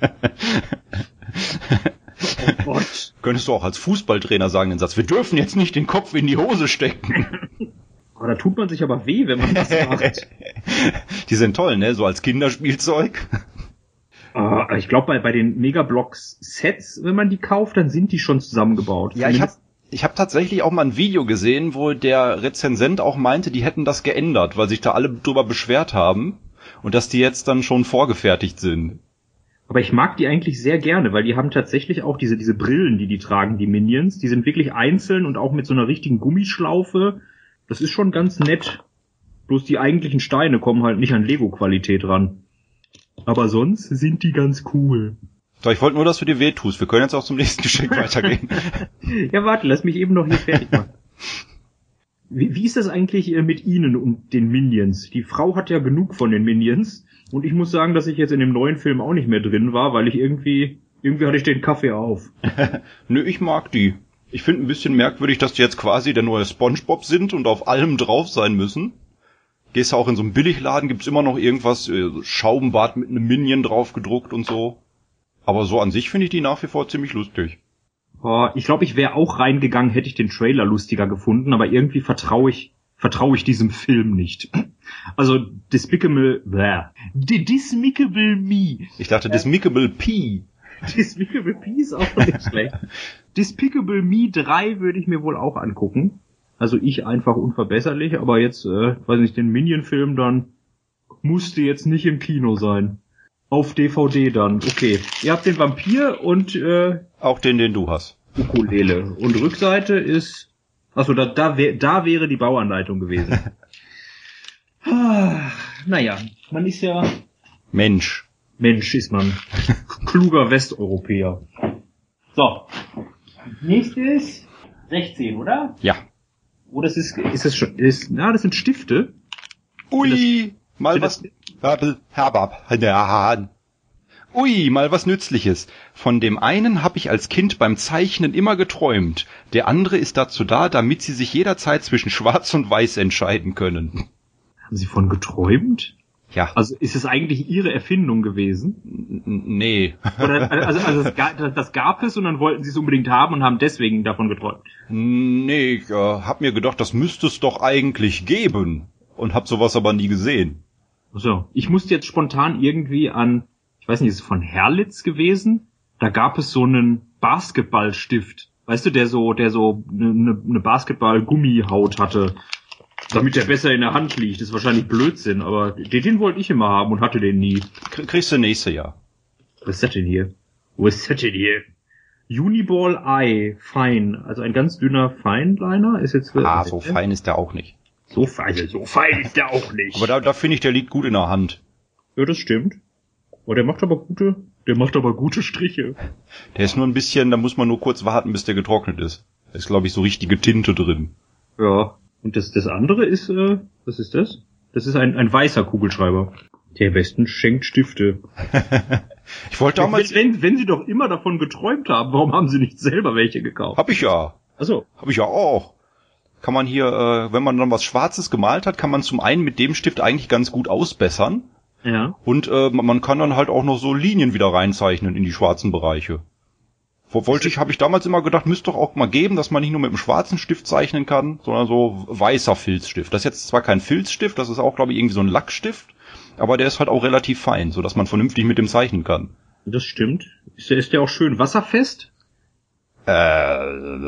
Oh Gott. Könntest du auch als Fußballtrainer sagen den Satz, wir dürfen jetzt nicht den Kopf in die Hose stecken. Oh, da tut man sich aber weh, wenn man das macht. Die sind toll, ne? So als Kinderspielzeug. Oh, ich glaube, bei, bei den Megablocks-Sets, wenn man die kauft, dann sind die schon zusammengebaut. Ja, ich habe ich hab tatsächlich auch mal ein Video gesehen, wo der Rezensent auch meinte, die hätten das geändert, weil sich da alle drüber beschwert haben und dass die jetzt dann schon vorgefertigt sind. Aber ich mag die eigentlich sehr gerne, weil die haben tatsächlich auch diese diese Brillen, die die tragen, die Minions. Die sind wirklich einzeln und auch mit so einer richtigen Gummischlaufe. Das ist schon ganz nett. Bloß die eigentlichen Steine kommen halt nicht an Lego-Qualität ran. Aber sonst sind die ganz cool. So, ich wollte nur, dass du dir wehtust. Wir können jetzt auch zum nächsten Geschenk weitergehen. Ja, warte, lass mich eben noch hier fertig machen. Wie, wie ist das eigentlich mit Ihnen und den Minions? Die Frau hat ja genug von den Minions. Und ich muss sagen, dass ich jetzt in dem neuen Film auch nicht mehr drin war, weil ich irgendwie, irgendwie hatte ich den Kaffee auf. Nö, ich mag die. Ich finde ein bisschen merkwürdig, dass die jetzt quasi der neue SpongeBob sind und auf allem drauf sein müssen. Gehst du auch in so einen Billigladen, gibt's immer noch irgendwas, äh, Schaumbad mit einem Minion drauf gedruckt und so. Aber so an sich finde ich die nach wie vor ziemlich lustig. Oh, ich glaube, ich wäre auch reingegangen, hätte ich den Trailer lustiger gefunden, aber irgendwie vertraue ich, vertraue ich diesem Film nicht. Also, Despicable, bläh. Despicable Me. Ich dachte, Despicable P. Despicable P ist auch nicht schlecht. Despicable Me drei würde ich mir wohl auch angucken. Also ich einfach unverbesserlich, aber jetzt, äh, weiß nicht, den Minion-Film dann musste jetzt nicht im Kino sein. Auf D V D dann, okay. Ihr habt den Vampir und, äh, auch den, den du hast. Ukulele. Und Rückseite ist, achso, da, da, wär, da wäre die Bauanleitung gewesen. ah, naja, man ist ja... Mensch. Mensch ist man. Kluger Westeuropäer. So. Nächstes sechzehn, oder? Ja. Oh, das ist, ist das schon, ist, na, das sind Stifte. Ui, das, mal was. Das, Herbab. Ui, mal was Nützliches. Von dem einen habe ich als Kind beim Zeichnen immer geträumt. Der andere ist dazu da, damit Sie sich jederzeit zwischen Schwarz und Weiß entscheiden können. Haben Sie von geträumt? Ja. Also ist es eigentlich Ihre Erfindung gewesen? N- nee. Oder, also also das, ga- das gab es und dann wollten Sie es unbedingt haben und haben deswegen davon geträumt? Nee, ich äh, hab mir gedacht, das müsste es doch eigentlich geben. Und hab sowas aber nie gesehen. So, ich musste jetzt spontan irgendwie an, ich weiß nicht, ist es von Herlitz gewesen? Da gab es so einen Basketballstift. Weißt du, der so, der so eine, eine Basketball-Gummihaut hatte. Damit der besser in der Hand liegt. Das ist wahrscheinlich Blödsinn, aber den, den wollte ich immer haben und hatte den nie. K- kriegst du nächstes Jahr. Was ist das denn hier? Wo ist das denn hier? Uniball Eye Fine. Also ein ganz dünner Fineliner ist jetzt... Ah, so fein ist der auch nicht. So fein, also so fein ist der auch nicht. Aber da, da finde ich, der liegt gut in der Hand. Ja, das stimmt. Oh, der macht aber gute, der macht aber gute Striche. Der ist nur ein bisschen, da muss man nur kurz warten, bis der getrocknet ist. Da ist, glaube ich, so richtige Tinte drin. Ja. Und das, das andere ist, äh, was ist das? Das ist ein, ein weißer Kugelschreiber. Der Westen schenkt Stifte. Ich wollte damals... Wenn, wenn, wenn Sie doch immer davon geträumt haben, warum haben Sie nicht selber welche gekauft? Hab ich ja. Ach so. Hab ich ja auch. Kann man hier, äh, wenn man dann was Schwarzes gemalt hat, kann man zum einen mit dem Stift eigentlich ganz gut ausbessern. Ja. Und äh, man kann dann halt auch noch so Linien wieder reinzeichnen in die schwarzen Bereiche. Wollte ich, habe ich damals immer gedacht, müsste doch auch mal geben, dass man nicht nur mit einem schwarzen Stift zeichnen kann, sondern so weißer Filzstift. Das ist jetzt zwar kein Filzstift, das ist auch, glaube ich, irgendwie so ein Lackstift, aber der ist halt auch relativ fein, so dass man vernünftig mit dem zeichnen kann. Das stimmt. Ist der, ist der auch schön wasserfest? Äh,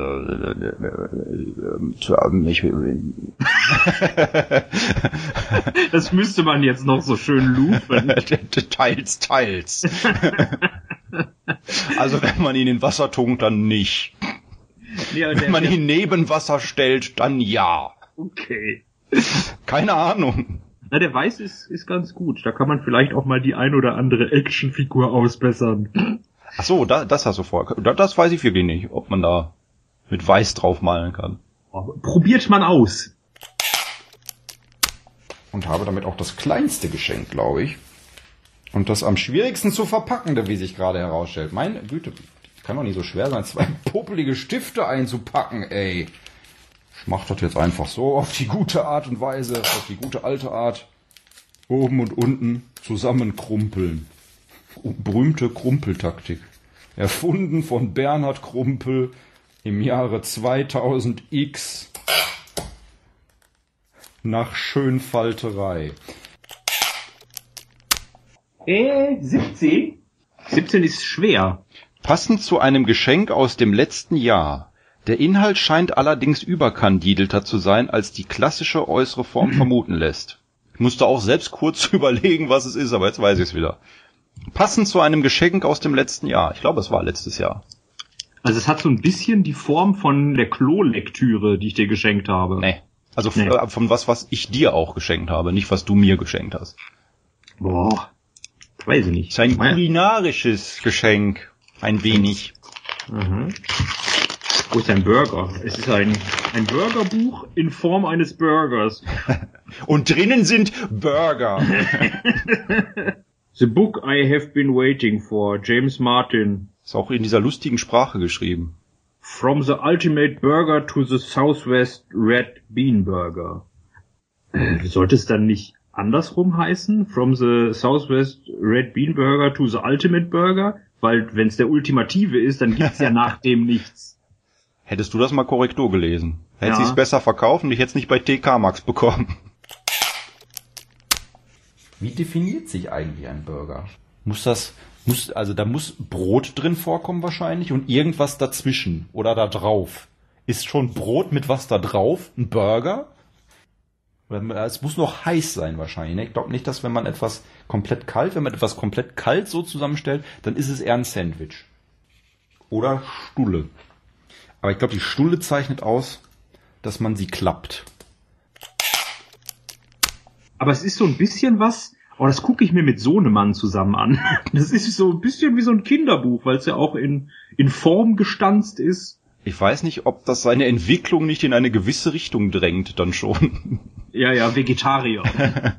ich, Das müsste man jetzt noch so schön lufen. teils, teils. Also wenn man ihn in Wasser tunkt, dann nicht. Ja, Wenn der, man der, ihn neben Wasser stellt, dann ja. okay. Keine Ahnung. Na, der Weiß ist, ist ganz gut. Da kann man vielleicht auch mal die ein oder andere Actionfigur ausbessern. Ach so, da, das hast du vor. Da, das weiß ich wirklich nicht, ob man da mit Weiß draufmalen kann. Probiert man aus. Und habe damit auch das kleinste Geschenk, glaube ich. Und das am schwierigsten zu verpackende, wie sich gerade herausstellt. Meine Güte, kann doch nicht so schwer sein, zwei popelige Stifte einzupacken, ey. Ich mach das jetzt einfach so auf die gute Art und Weise, auf die gute alte Art. Oben und unten zusammenkrumpeln. Berühmte Krumpeltaktik. Erfunden von Bernhard Krumpel im Jahre zweitausend X nach Schönfalterei. Äh, siebzehn? siebzehn ist schwer. Passend zu einem Geschenk aus dem letzten Jahr. Der Inhalt scheint allerdings überkandidelter zu sein, als die klassische äußere Form vermuten lässt. Ich musste auch selbst kurz überlegen, was es ist, aber jetzt weiß ich es wieder. Passend zu einem Geschenk aus dem letzten Jahr. Ich glaube, es war letztes Jahr. Also es hat so ein bisschen die Form von der Klolektüre, die ich dir geschenkt habe. Nee. Also Nee. Äh, von was, was ich dir auch geschenkt habe, nicht was du mir geschenkt hast. Boah, weiß ich nicht. Es ist ein Naja. kulinarisches Geschenk. Ein wenig. Mhm. Wo ist ein Burger? Es ist ein, ein Burgerbuch in Form eines Burgers. Und drinnen sind Burger. The book I have been waiting for, James Martin. Ist auch in dieser lustigen Sprache geschrieben. From the ultimate burger to the southwest red bean burger. Äh, sollte es dann nicht andersrum heißen? From the southwest red bean burger to the ultimate burger? Weil wenn es der ultimative ist, dann gibt's ja nach dem nichts. Hättest du das mal Korrektur gelesen? Hättest Ja. du es besser verkauft und ich hätte es nicht bei T K Maxx bekommen. Wie definiert sich eigentlich ein Burger? Muss das, muss, also da muss Brot drin vorkommen wahrscheinlich und irgendwas dazwischen oder da drauf. Ist schon Brot mit was da drauf ein Burger? Oder es muss noch heiß sein wahrscheinlich. Ne? Ich glaube nicht, dass wenn man etwas komplett kalt, wenn man etwas komplett kalt so zusammenstellt, dann ist es eher ein Sandwich. Oder Stulle. Aber ich glaube, die Stulle zeichnet aus, dass man sie klappt. Aber es ist so ein bisschen was, oh, das gucke ich mir mit Sohnemann zusammen an. Das ist so ein bisschen wie so ein Kinderbuch, weil es ja auch in, in Form gestanzt ist. Ich weiß nicht, ob das seine Entwicklung nicht in eine gewisse Richtung drängt, dann schon. Ja, ja, Vegetarier.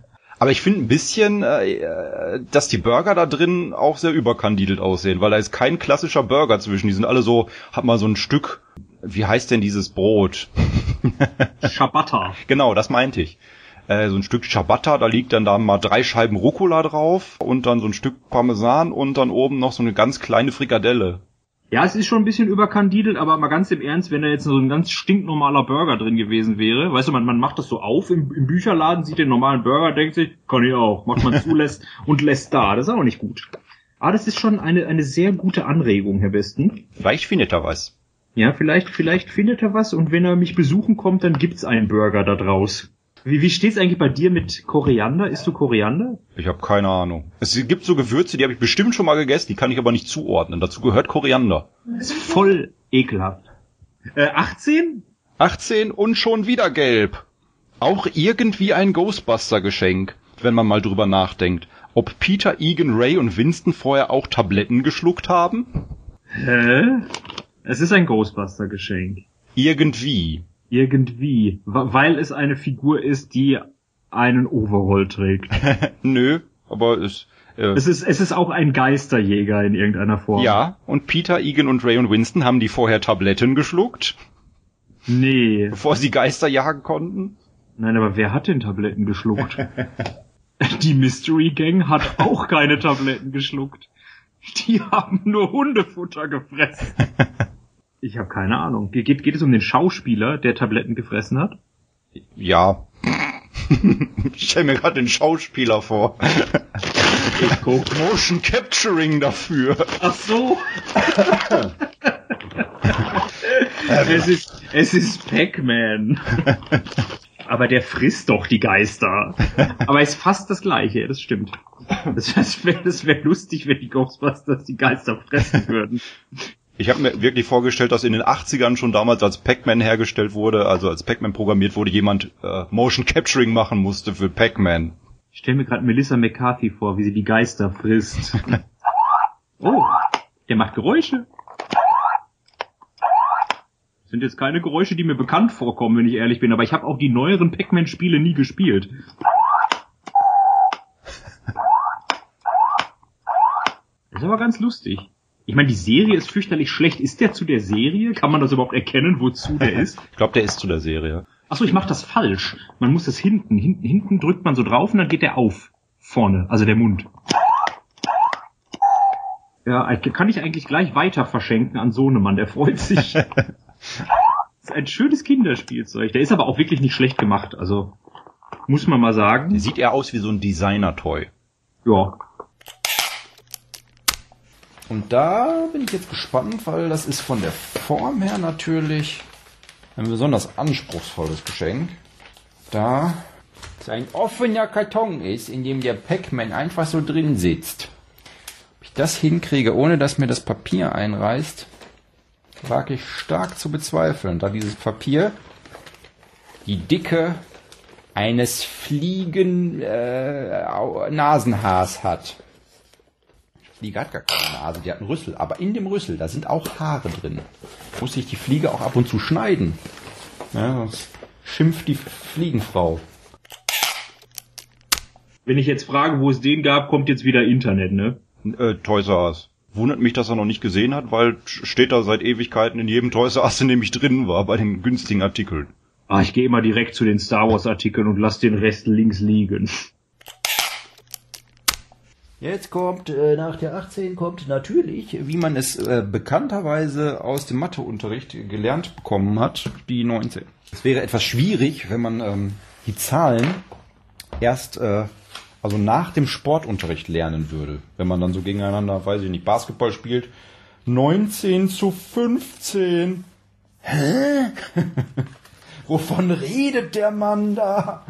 Aber ich finde ein bisschen, äh, dass die Burger da drin auch sehr überkandidelt aussehen, weil da ist kein klassischer Burger zwischen. Die sind alle so, hat mal so ein Stück, wie heißt denn dieses Brot? Ciabatta. Genau, das meinte ich. Äh, so ein Stück Ciabatta, da liegt dann da mal drei Scheiben Rucola drauf und dann so ein Stück Parmesan und dann oben noch so eine ganz kleine Frikadelle. Ja, es ist schon ein bisschen überkandidelt, aber mal ganz im Ernst, wenn da jetzt so ein ganz stinknormaler Burger drin gewesen wäre, weißt du, man, man macht das so auf im, im Bücherladen, sieht den normalen Burger, denkt sich, kann ich auch, macht man zulässt und lässt da, das ist auch nicht gut. Aber das ist schon eine, eine sehr gute Anregung, Herr Besten. Vielleicht findet er was. Ja, vielleicht, vielleicht findet er was und wenn er mich besuchen kommt, dann gibt's einen Burger da draus. Wie, wie steht's eigentlich bei dir mit Koriander? Isst du Koriander? Ich habe keine Ahnung. Es gibt so Gewürze, die habe ich bestimmt schon mal gegessen, die kann ich aber nicht zuordnen. Dazu gehört Koriander. Das ist voll ekelhaft. Äh, achtzehn? achtzehn und schon wieder gelb. Auch irgendwie ein Ghostbuster-Geschenk, wenn man mal drüber nachdenkt. Ob Peter, Egan, Ray und Winston vorher auch Tabletten geschluckt haben? Hä? Es ist ein Ghostbuster-Geschenk. Irgendwie. Irgendwie. Weil es eine Figur ist, die einen Overall trägt. Nö, aber es... Äh, es ist, es ist auch ein Geisterjäger in irgendeiner Form. Ja, und Peter, Egan und Ray und Winston haben die vorher Tabletten geschluckt? Nee. Bevor sie Geister jagen konnten? Nein, aber wer hat denn Tabletten geschluckt? Die Mystery Gang hat auch keine Tabletten geschluckt. Die haben nur Hundefutter gefressen. Ich habe keine Ahnung. Geht, geht es um den Schauspieler, der Tabletten gefressen hat? Ja. Ich stelle mir gerade den Schauspieler vor. Ich guck. Motion Capturing dafür. Ach so. es ist, es ist Pac-Man. Aber der frisst doch die Geister. Aber es ist fast das Gleiche, das stimmt. Das, das wäre das wär lustig, wenn die Ghostbusters die Geister fressen würden. Ich habe mir wirklich vorgestellt, dass in den achtzigern schon damals, als Pac-Man hergestellt wurde, also als Pac-Man programmiert wurde, jemand äh, Motion Capturing machen musste für Pac-Man. Ich stelle mir gerade Melissa McCarthy vor, wie sie die Geister frisst. Oh, der macht Geräusche. Das sind jetzt keine Geräusche, die mir bekannt vorkommen, wenn ich ehrlich bin, aber ich habe auch die neueren Pac-Man-Spiele nie gespielt. Das ist aber ganz lustig. Ich meine, die Serie ist fürchterlich schlecht. Ist der zu der Serie? Kann man das überhaupt erkennen, wozu der ist? Ich glaube, der ist zu der Serie. Achso, ich mache das falsch. Man muss das hinten, hinten, hinten drückt man so drauf und dann geht der auf. Vorne, also der Mund. Ja, kann ich eigentlich gleich weiter verschenken an Sohnemann, der freut sich. Das ist ein schönes Kinderspielzeug. Der ist aber auch wirklich nicht schlecht gemacht, also muss man mal sagen. Der sieht eher aus wie so ein Designer-Toy. Ja. Und da bin ich jetzt gespannt, weil das ist von der Form her natürlich ein besonders anspruchsvolles Geschenk. Da es ein offener Karton ist, in dem der Pac-Man einfach so drin sitzt. Ob ich das hinkriege, ohne dass mir das Papier einreißt, wage ich stark zu bezweifeln, da dieses Papier die Dicke eines Fliegen äh, Nasenhaars hat. Die Fliege hat gar keine Nase, die hat einen Rüssel. Aber in dem Rüssel, da sind auch Haare drin. Muss ich die Fliege auch ab und zu schneiden. Ja, sonst schimpft die Fliegenfrau. Wenn ich jetzt frage, wo es den gab, kommt jetzt wieder Internet, ne? Äh, Toys R Us. Wundert mich, dass er noch nicht gesehen hat, weil steht da seit Ewigkeiten in jedem Toys R Us, in dem ich drin war, bei den günstigen Artikeln. Ah, ich gehe immer direkt zu den Star Wars Artikeln und lass den Rest links liegen. Jetzt kommt, äh, nach der achtzehn kommt natürlich, wie man es äh, bekannterweise aus dem Matheunterricht gelernt bekommen hat, die neunzehn. Es wäre etwas schwierig, wenn man ähm, die Zahlen erst, äh, also nach dem Sportunterricht lernen würde. Wenn man dann so gegeneinander, weiß ich nicht, Basketball spielt. neunzehn zu fünfzehn. Hä? Wovon redet der Mann da?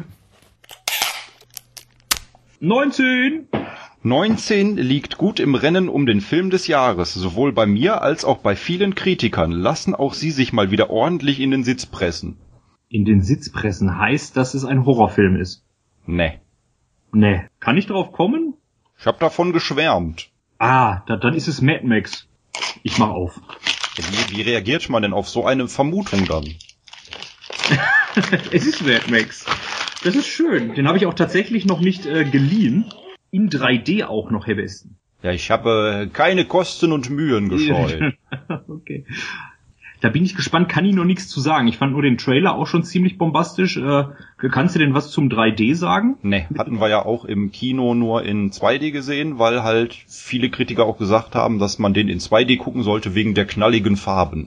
neunzehn! neunzehn liegt gut im Rennen um den Film des Jahres. Sowohl bei mir als auch bei vielen Kritikern. Lassen auch Sie sich mal wieder ordentlich in den Sitz pressen. In den Sitz pressen heißt, dass es ein Horrorfilm ist. Nee. Nee. Kann ich drauf kommen? Ich hab davon geschwärmt. Ah, da, dann ist es Mad Max. Ich mach auf. Wie, wie reagiert man denn auf so eine Vermutung dann? Es ist Mad Max. Das ist schön. Den habe ich auch tatsächlich noch nicht äh, geliehen. In drei D auch noch, Herr Besten. Ja, ich habe keine Kosten und Mühen gescheut. Okay. Da bin ich gespannt, kann ich noch nichts zu sagen. Ich fand nur den Trailer auch schon ziemlich bombastisch. Äh, kannst du denn was zum drei D sagen? Nee, hatten wir ja auch im Kino nur in zwei D gesehen, weil halt viele Kritiker auch gesagt haben, dass man den in zwei D gucken sollte wegen der knalligen Farben.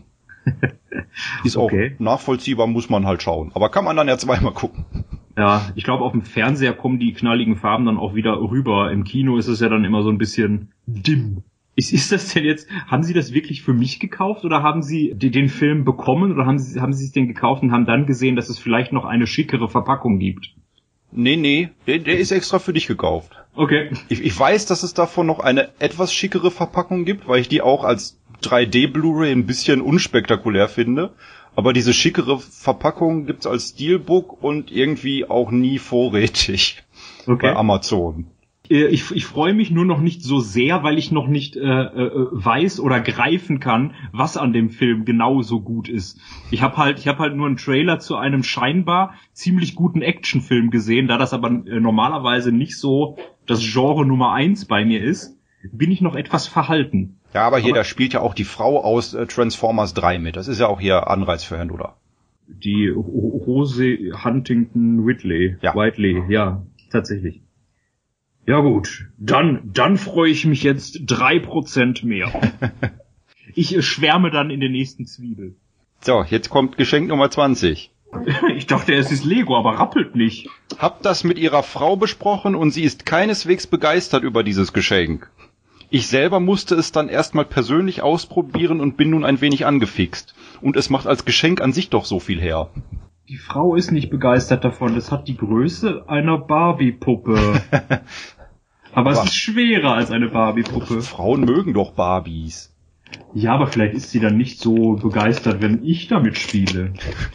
Ist okay. Auch nachvollziehbar, muss man halt schauen. Aber kann man dann ja zweimal gucken. Ja, ich glaube, auf dem Fernseher kommen die knalligen Farben dann auch wieder rüber. Im Kino ist es ja dann immer so ein bisschen dimm. Ist, ist das denn jetzt, haben Sie das wirklich für mich gekauft oder haben Sie die, den Film bekommen oder haben Sie, haben Sie es den gekauft und haben dann gesehen, dass es vielleicht noch eine schickere Verpackung gibt? Nee, nee, der, der ist extra für dich gekauft. Okay. Ich, ich weiß, dass es davon noch eine etwas schickere Verpackung gibt, weil ich die auch als drei D Blu-ray ein bisschen unspektakulär finde. Aber diese schickere Verpackung gibt's als Steelbook und irgendwie auch nie vorrätig okay. bei Amazon. Ich, ich freue mich nur noch nicht so sehr, weil ich noch nicht äh, äh, weiß oder greifen kann, was an dem Film genauso gut ist. Ich habe halt, ich habe halt nur einen Trailer zu einem scheinbar ziemlich guten Actionfilm gesehen, da das aber äh, normalerweise nicht so das Genre Nummer eins bei mir ist, bin ich noch etwas verhalten. Ja, aber hier, aber, da spielt ja auch die Frau aus äh, Transformers drei mit. Das ist ja auch hier Anreiz für Herrn Duda. Die Rose Huntington Whitley. Ja. Whiteley, ja, tatsächlich. Ja gut, dann dann freue ich mich jetzt drei Prozent mehr. Ich äh, schwärme dann in der nächsten Zwiebel. So, jetzt kommt Geschenk Nummer zwanzig. Ich dachte, es ist Lego, aber rappelt nicht. Hab das mit ihrer Frau besprochen und sie ist keineswegs begeistert über dieses Geschenk. Ich selber musste es dann erstmal persönlich ausprobieren und bin nun ein wenig angefixt. Und es macht als Geschenk an sich doch so viel her. Die Frau ist nicht begeistert davon. Das hat die Größe einer Barbie-Puppe. Aber, aber es ist schwerer als eine Barbie-Puppe. Frauen mögen doch Barbies. Ja, aber vielleicht ist sie dann nicht so begeistert, wenn ich damit spiele.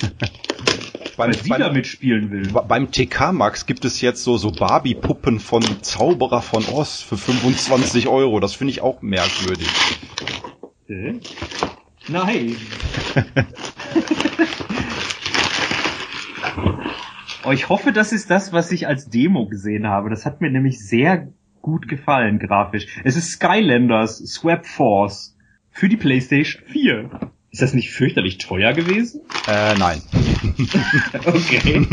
Beim, Weil sie beim, damit spielen will. Beim T K Maxx gibt es jetzt so, so Barbie-Puppen von Zauberer von Oz für fünfundzwanzig Euro. Das finde ich auch merkwürdig. Äh? Nein. Oh, ich hoffe, das ist das, was ich als Demo gesehen habe. Das hat mir nämlich sehr gut gefallen, grafisch. Es ist Skylanders Swap Force für die PlayStation vier. Ist das nicht fürchterlich teuer gewesen? Äh, nein. Okay.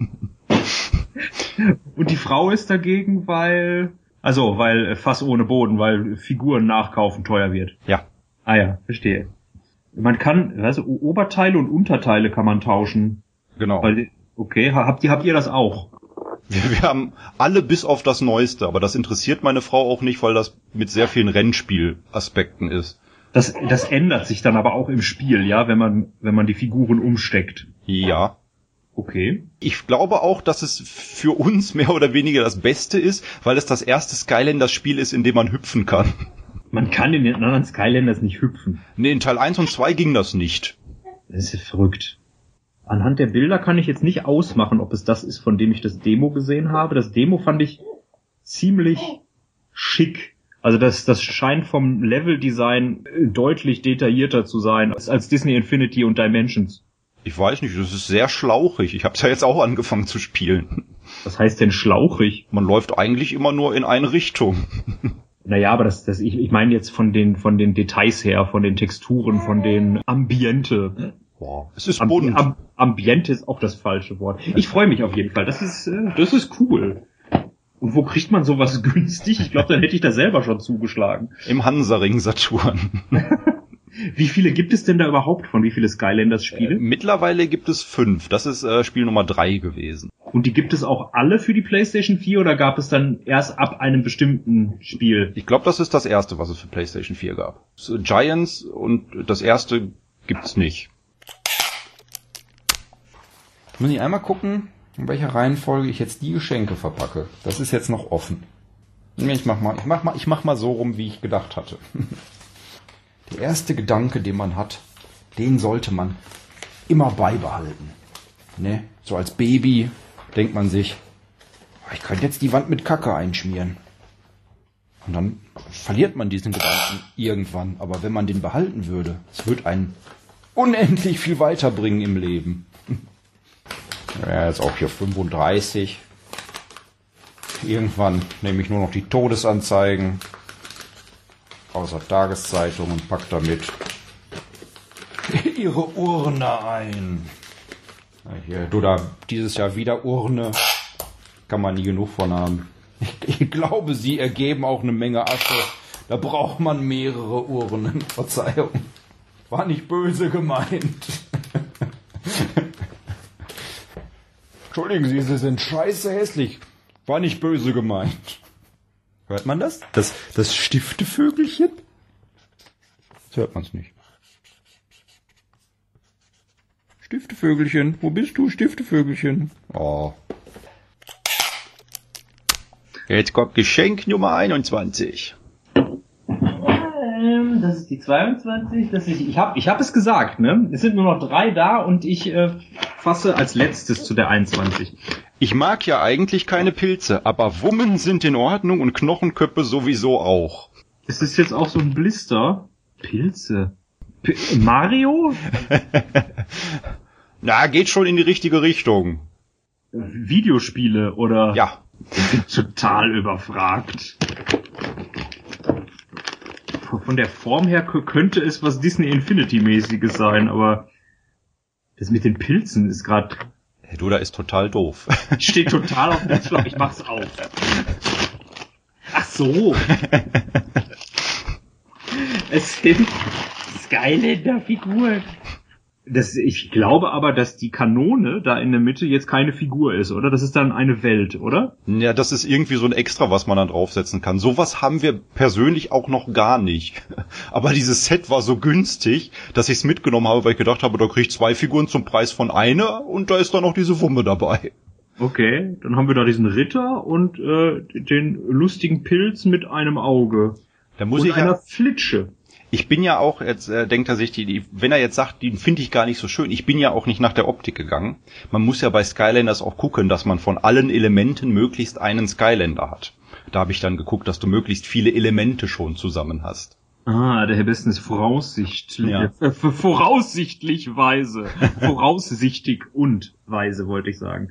Und die Frau ist dagegen, weil... Also, weil Fass ohne Boden, weil Figuren nachkaufen teuer wird. Ja. Ah ja, verstehe. Man kann, also Oberteile und Unterteile kann man tauschen. Genau. Weil, okay, habt ihr, habt ihr das auch? Wir, wir haben alle bis auf das Neueste, aber das interessiert meine Frau auch nicht, weil das mit sehr vielen Rennspielaspekten ist. Das, das ändert sich dann aber auch im Spiel, ja, wenn man, wenn man die Figuren umsteckt. Ja. Okay. Ich glaube auch, dass es für uns mehr oder weniger das Beste ist, weil es das erste Skylanders-Spiel ist, in dem man hüpfen kann. Man kann in den anderen Skylanders nicht hüpfen. Nee, in Teil eins und zwei ging das nicht. Das ist verrückt. Anhand der Bilder kann ich jetzt nicht ausmachen, ob es das ist, von dem ich das Demo gesehen habe. Das Demo fand ich ziemlich schick. Also das, das scheint vom Leveldesign deutlich detaillierter zu sein als Disney Infinity und Dimensions. Ich weiß nicht, das ist sehr schlauchig. Ich habe es ja jetzt auch angefangen zu spielen. Was heißt denn schlauchig? Man läuft eigentlich immer nur in eine Richtung. Naja, aber das, das ich, ich meine jetzt von den von den Details her, von den Texturen, von den Ambiente. Wow, es ist bunt. Ambi- Am- Ambiente ist auch das falsche Wort. Ich freue mich auf jeden Fall. Das ist äh, das ist cool. Und wo kriegt man sowas günstig? Ich glaube, dann hätte ich da selber schon zugeschlagen. Im Hansaring Saturn. Wie viele gibt es denn da überhaupt von? Wie viele Skylanders-Spiele? Äh, mittlerweile gibt es fünf. Das ist äh, Spiel Nummer drei gewesen. Und die gibt es auch alle für die PlayStation vier oder gab es dann erst ab einem bestimmten Spiel? Ich glaube, das ist das erste, was es für PlayStation vier gab. So, Giants und das erste gibt's nicht. Muss ich einmal gucken, in welcher Reihenfolge ich jetzt die Geschenke verpacke. Das ist jetzt noch offen. Ich mach mal, ich mach mal, ich mach mal so rum, wie ich gedacht hatte. Der erste Gedanke, den man hat, den sollte man immer beibehalten. Ne? So als Baby denkt man sich, ich könnte jetzt die Wand mit Kacke einschmieren. Und dann verliert man diesen Gedanken irgendwann. Aber wenn man den behalten würde, es würde einen unendlich viel weiterbringen im Leben. Ja, jetzt auch hier fünfunddreißig. Irgendwann nehme ich nur noch die Todesanzeigen aus der Tageszeitung und pack damit ihre Urne ein. Hier, du da dieses Jahr wieder Urne. Kann man nie genug von haben. Ich, ich glaube, sie ergeben auch eine Menge Asche. Da braucht man mehrere Urnen. Verzeihung. War nicht böse gemeint. Entschuldigen Sie, Sie sind scheiße hässlich. War nicht böse gemeint. Hört man das? Das, das Stiftevögelchen? Das hört man es nicht. Stiftevögelchen, wo bist du, Stiftevögelchen? Oh. Jetzt kommt Geschenk Nummer einundzwanzig. Ähm, das ist die zweiundzwanzig. Das ist, ich habe ich hab es gesagt, ne? Es sind nur noch drei da und ich äh, fasse als letztes zu der einundzwanzig. Ich mag ja eigentlich keine Pilze, aber Wummen sind in Ordnung und Knochenköpfe sowieso auch. Ist das jetzt auch so ein Blister? Pilze. P- Mario? Na, geht schon in die richtige Richtung. Videospiele oder? Ja. Ich bin total überfragt. Von der Form her k- könnte es was Disney Infinity-mäßiges sein, aber das mit den Pilzen ist gerade... Hey, du, da ist total doof. Steht total auf dem Schlauch, ich mach's auf. Ach so. Es sind Skylander-Figuren. Das, ich glaube aber, dass die Kanone da in der Mitte jetzt keine Figur ist, oder? Das ist dann eine Welt, oder? Ja, das ist irgendwie so ein Extra, was man dann draufsetzen kann. Sowas haben wir persönlich auch noch gar nicht. Aber dieses Set war so günstig, dass ich es mitgenommen habe, weil ich gedacht habe, da krieg ich zwei Figuren zum Preis von einer und da ist dann noch diese Wumme dabei. Okay, dann haben wir da diesen Ritter und äh, den lustigen Pilz mit einem Auge. Da muss und ich einer ja, Flitsche. ich bin ja auch, jetzt äh, denkt er sich, die, die, wenn er jetzt sagt, den finde ich gar nicht so schön, ich bin ja auch nicht nach der Optik gegangen. Man muss ja bei Skylanders auch gucken, dass man von allen Elementen möglichst einen Skylander hat. Da habe ich dann geguckt, dass du möglichst viele Elemente schon zusammen hast. Ah, der Herr Besten ist voraussichtlich, Ja. äh, voraussichtlich weise. Voraussichtig und weise, wollte ich sagen.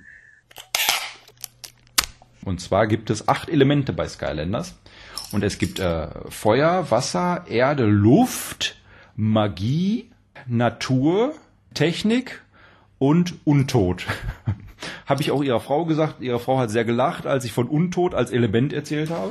Und zwar gibt es acht Elemente bei Skylanders. Und es gibt äh, Feuer, Wasser, Erde, Luft, Magie, Natur, Technik und Untot. Habe ich auch ihrer Frau gesagt. Ihre Frau hat sehr gelacht, als ich von Untot als Element erzählt habe.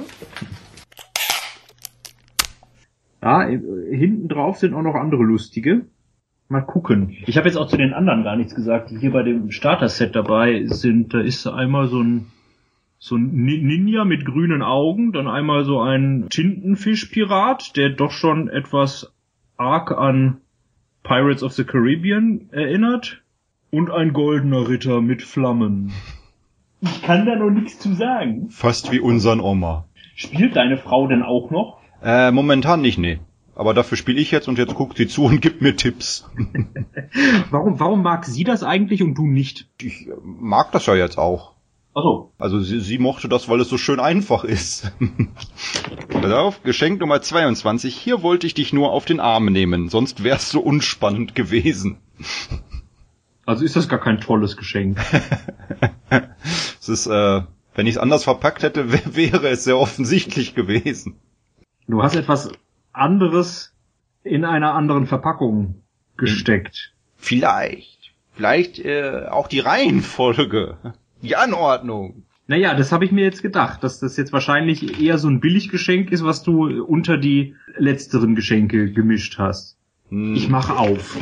Ja, äh, hinten drauf sind auch noch andere lustige. Mal gucken. Ich habe jetzt auch zu den anderen gar nichts gesagt, die hier bei dem Starter-Set dabei sind. Da ist einmal so ein so ein Ni- Ninja mit grünen Augen, dann einmal so ein Tintenfisch-Pirat, der doch schon etwas arg an Pirates of the Caribbean erinnert, und ein goldener Ritter mit Flammen. Ich kann da noch nichts zu sagen. Fast wie unseren Oma. Spielt deine Frau denn auch noch? Äh, momentan nicht, nee. Aber dafür spiele ich jetzt und jetzt guckt sie zu und gibt mir Tipps. Warum, warum mag sie das eigentlich und du nicht? Ich äh, mag das ja jetzt auch. Ach so. Also sie, sie mochte das, weil es so schön einfach ist. Pass auf, Geschenk Nummer zweiundzwanzig. Hier wollte ich dich nur auf den Arm nehmen, sonst wär's so unspannend gewesen. Also ist das gar kein tolles Geschenk. Es ist, äh, wenn ich es anders verpackt hätte, w- wäre es sehr offensichtlich gewesen. Du hast etwas anderes in einer anderen Verpackung gesteckt. Vielleicht. Vielleicht äh, auch die Reihenfolge. Die Anordnung. Naja, das habe ich mir jetzt gedacht, dass das jetzt wahrscheinlich eher so ein Billiggeschenk ist, was du unter die letzteren Geschenke gemischt hast. Hm. Ich mache auf.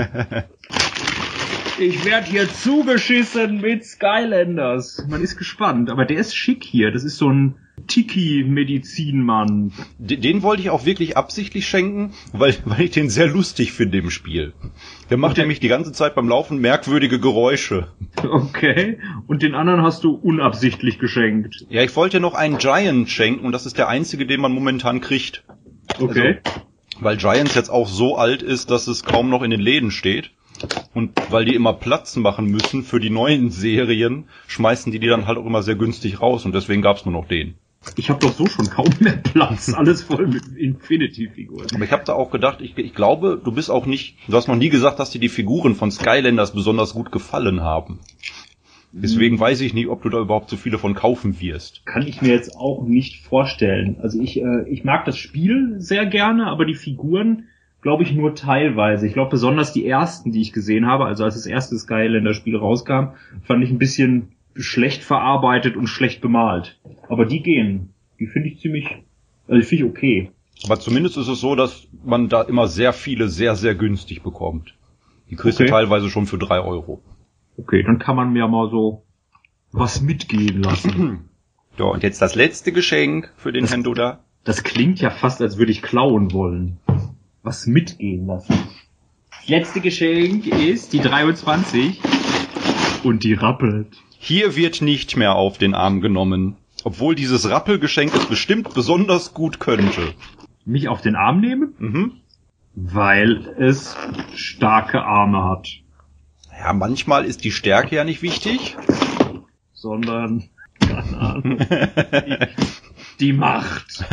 Ich werde hier zugeschissen mit Skylanders. Man ist gespannt, aber der ist schick hier. Das ist so ein Tiki-Medizinmann. D- Den wollte ich auch wirklich absichtlich schenken, weil, weil ich den sehr lustig finde im Spiel. Der macht Okay. nämlich die ganze Zeit beim Laufen merkwürdige Geräusche. Okay. Und den anderen hast du unabsichtlich geschenkt. Ja, ich wollte noch einen Giant schenken und das ist der einzige, den man momentan kriegt. Okay. Also, weil Giants jetzt auch so alt ist, dass es kaum noch in den Läden steht. Und weil die immer Platz machen müssen für die neuen Serien, schmeißen die die dann halt auch immer sehr günstig raus und deswegen gab's nur noch den. Ich habe doch so schon kaum mehr Platz. Alles voll mit Infinity-Figuren. Aber ich habe da auch gedacht, ich, ich glaube, du bist auch nicht, du hast noch nie gesagt, dass dir die Figuren von Skylanders besonders gut gefallen haben. Deswegen weiß ich nicht, ob du da überhaupt so viele von kaufen wirst. Kann ich mir jetzt auch nicht vorstellen. Also ich, äh, ich mag das Spiel sehr gerne, aber die Figuren, glaube ich, nur teilweise. Ich glaube, besonders die ersten, die ich gesehen habe, also als das erste Skylander-Spiel rauskam, fand ich ein bisschen schlecht verarbeitet und schlecht bemalt. Aber die gehen. Die finde ich ziemlich, also die finde ich okay. Aber zumindest ist es so, dass man da immer sehr viele sehr, sehr günstig bekommt. Die kriegst Okay. du teilweise schon für drei Euro. Okay, dann kann man mir mal so was mitgehen lassen. Ja, und jetzt das letzte Geschenk für den Das- Herrn Duda. Das klingt ja fast, als würde ich klauen wollen. Was mitgehen lassen. Das letzte Geschenk ist die dreiundzwanzig und die rappelt. Hier wird nicht mehr auf den Arm genommen, obwohl dieses Rappelgeschenk es bestimmt besonders gut könnte. Mich auf den Arm nehmen? Mhm. Weil es starke Arme hat. Ja, manchmal ist die Stärke ja nicht wichtig. Sondern, keine Ahnung, die, die Macht.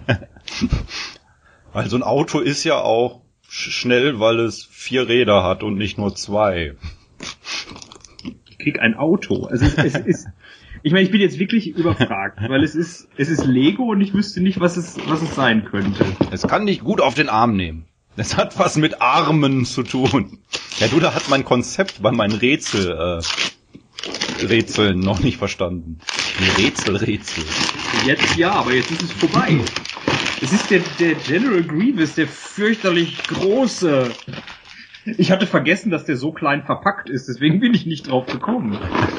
Weil so ein Auto ist ja auch sch- schnell, weil es vier Räder hat und nicht nur zwei. Ich krieg ein Auto. Also es, es ist, ich meine, ich bin jetzt wirklich überfragt, weil es ist, es ist Lego und ich wüsste nicht, was es, was es sein könnte. Es kann dich gut auf den Arm nehmen. Es hat was mit Armen zu tun. Ja, du, da hat mein Konzept bei meinen Rätsel, äh, Rätseln noch nicht verstanden. Nee, Rätsel, Rätsel. Jetzt ja, aber jetzt ist es vorbei. Es ist der, der General Grievous, der fürchterlich große. Ich hatte vergessen, dass der so klein verpackt ist, deswegen bin ich nicht drauf gekommen.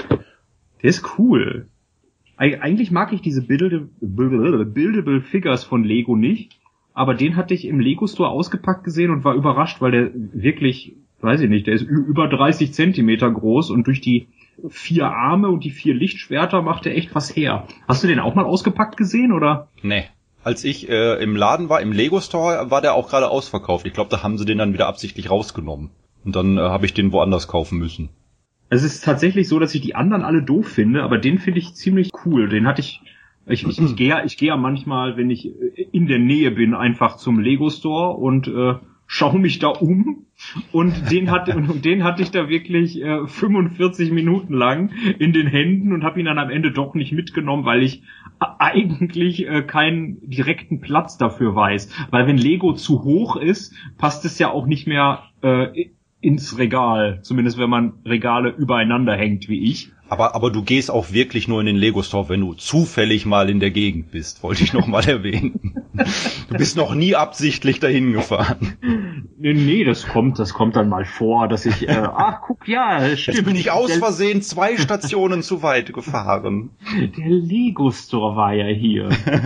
Der ist cool. Eig- Eigentlich mag ich diese Buildable, Buildable Figures von Lego nicht, aber den hatte ich im Lego Store ausgepackt gesehen und war überrascht, weil der wirklich, weiß ich nicht, der ist ü- über dreißig Zentimeter groß und durch die vier Arme und die vier Lichtschwerter macht er echt was her. Hast du den auch mal ausgepackt gesehen, oder? Nee. Als ich äh, im Laden war, im Lego Store, war der auch gerade ausverkauft. Ich glaube, da haben sie den dann wieder absichtlich rausgenommen. Und dann äh, habe ich den woanders kaufen müssen. Es ist tatsächlich so, dass ich die anderen alle doof finde, aber den finde ich ziemlich cool. Den hatte ich, ich, ich, ich gehe ja, ich gehe ja manchmal, wenn ich in der Nähe bin, einfach zum Lego Store und äh, schaue mich da um. Und den hatte, und den hatte ich da wirklich äh, fünfundvierzig Minuten lang in den Händen und habe ihn dann am Ende doch nicht mitgenommen, weil ich eigentlich äh, keinen direkten Platz dafür weiß. Weil wenn Lego zu hoch ist, passt es ja auch nicht mehr äh, ins Regal. Zumindest wenn man Regale übereinander hängt, wie ich. Aber, aber du gehst auch wirklich nur in den Lego Store, wenn du zufällig mal in der Gegend bist, wollte ich noch mal erwähnen. Du bist noch nie absichtlich dahin gefahren. Nee, nee, das kommt, das kommt dann mal vor, dass ich, äh, ach, guck, ja, stimmt. Jetzt bin ich aus Der- Versehen zwei Stationen zu weit gefahren. Der Lego Store war ja hier.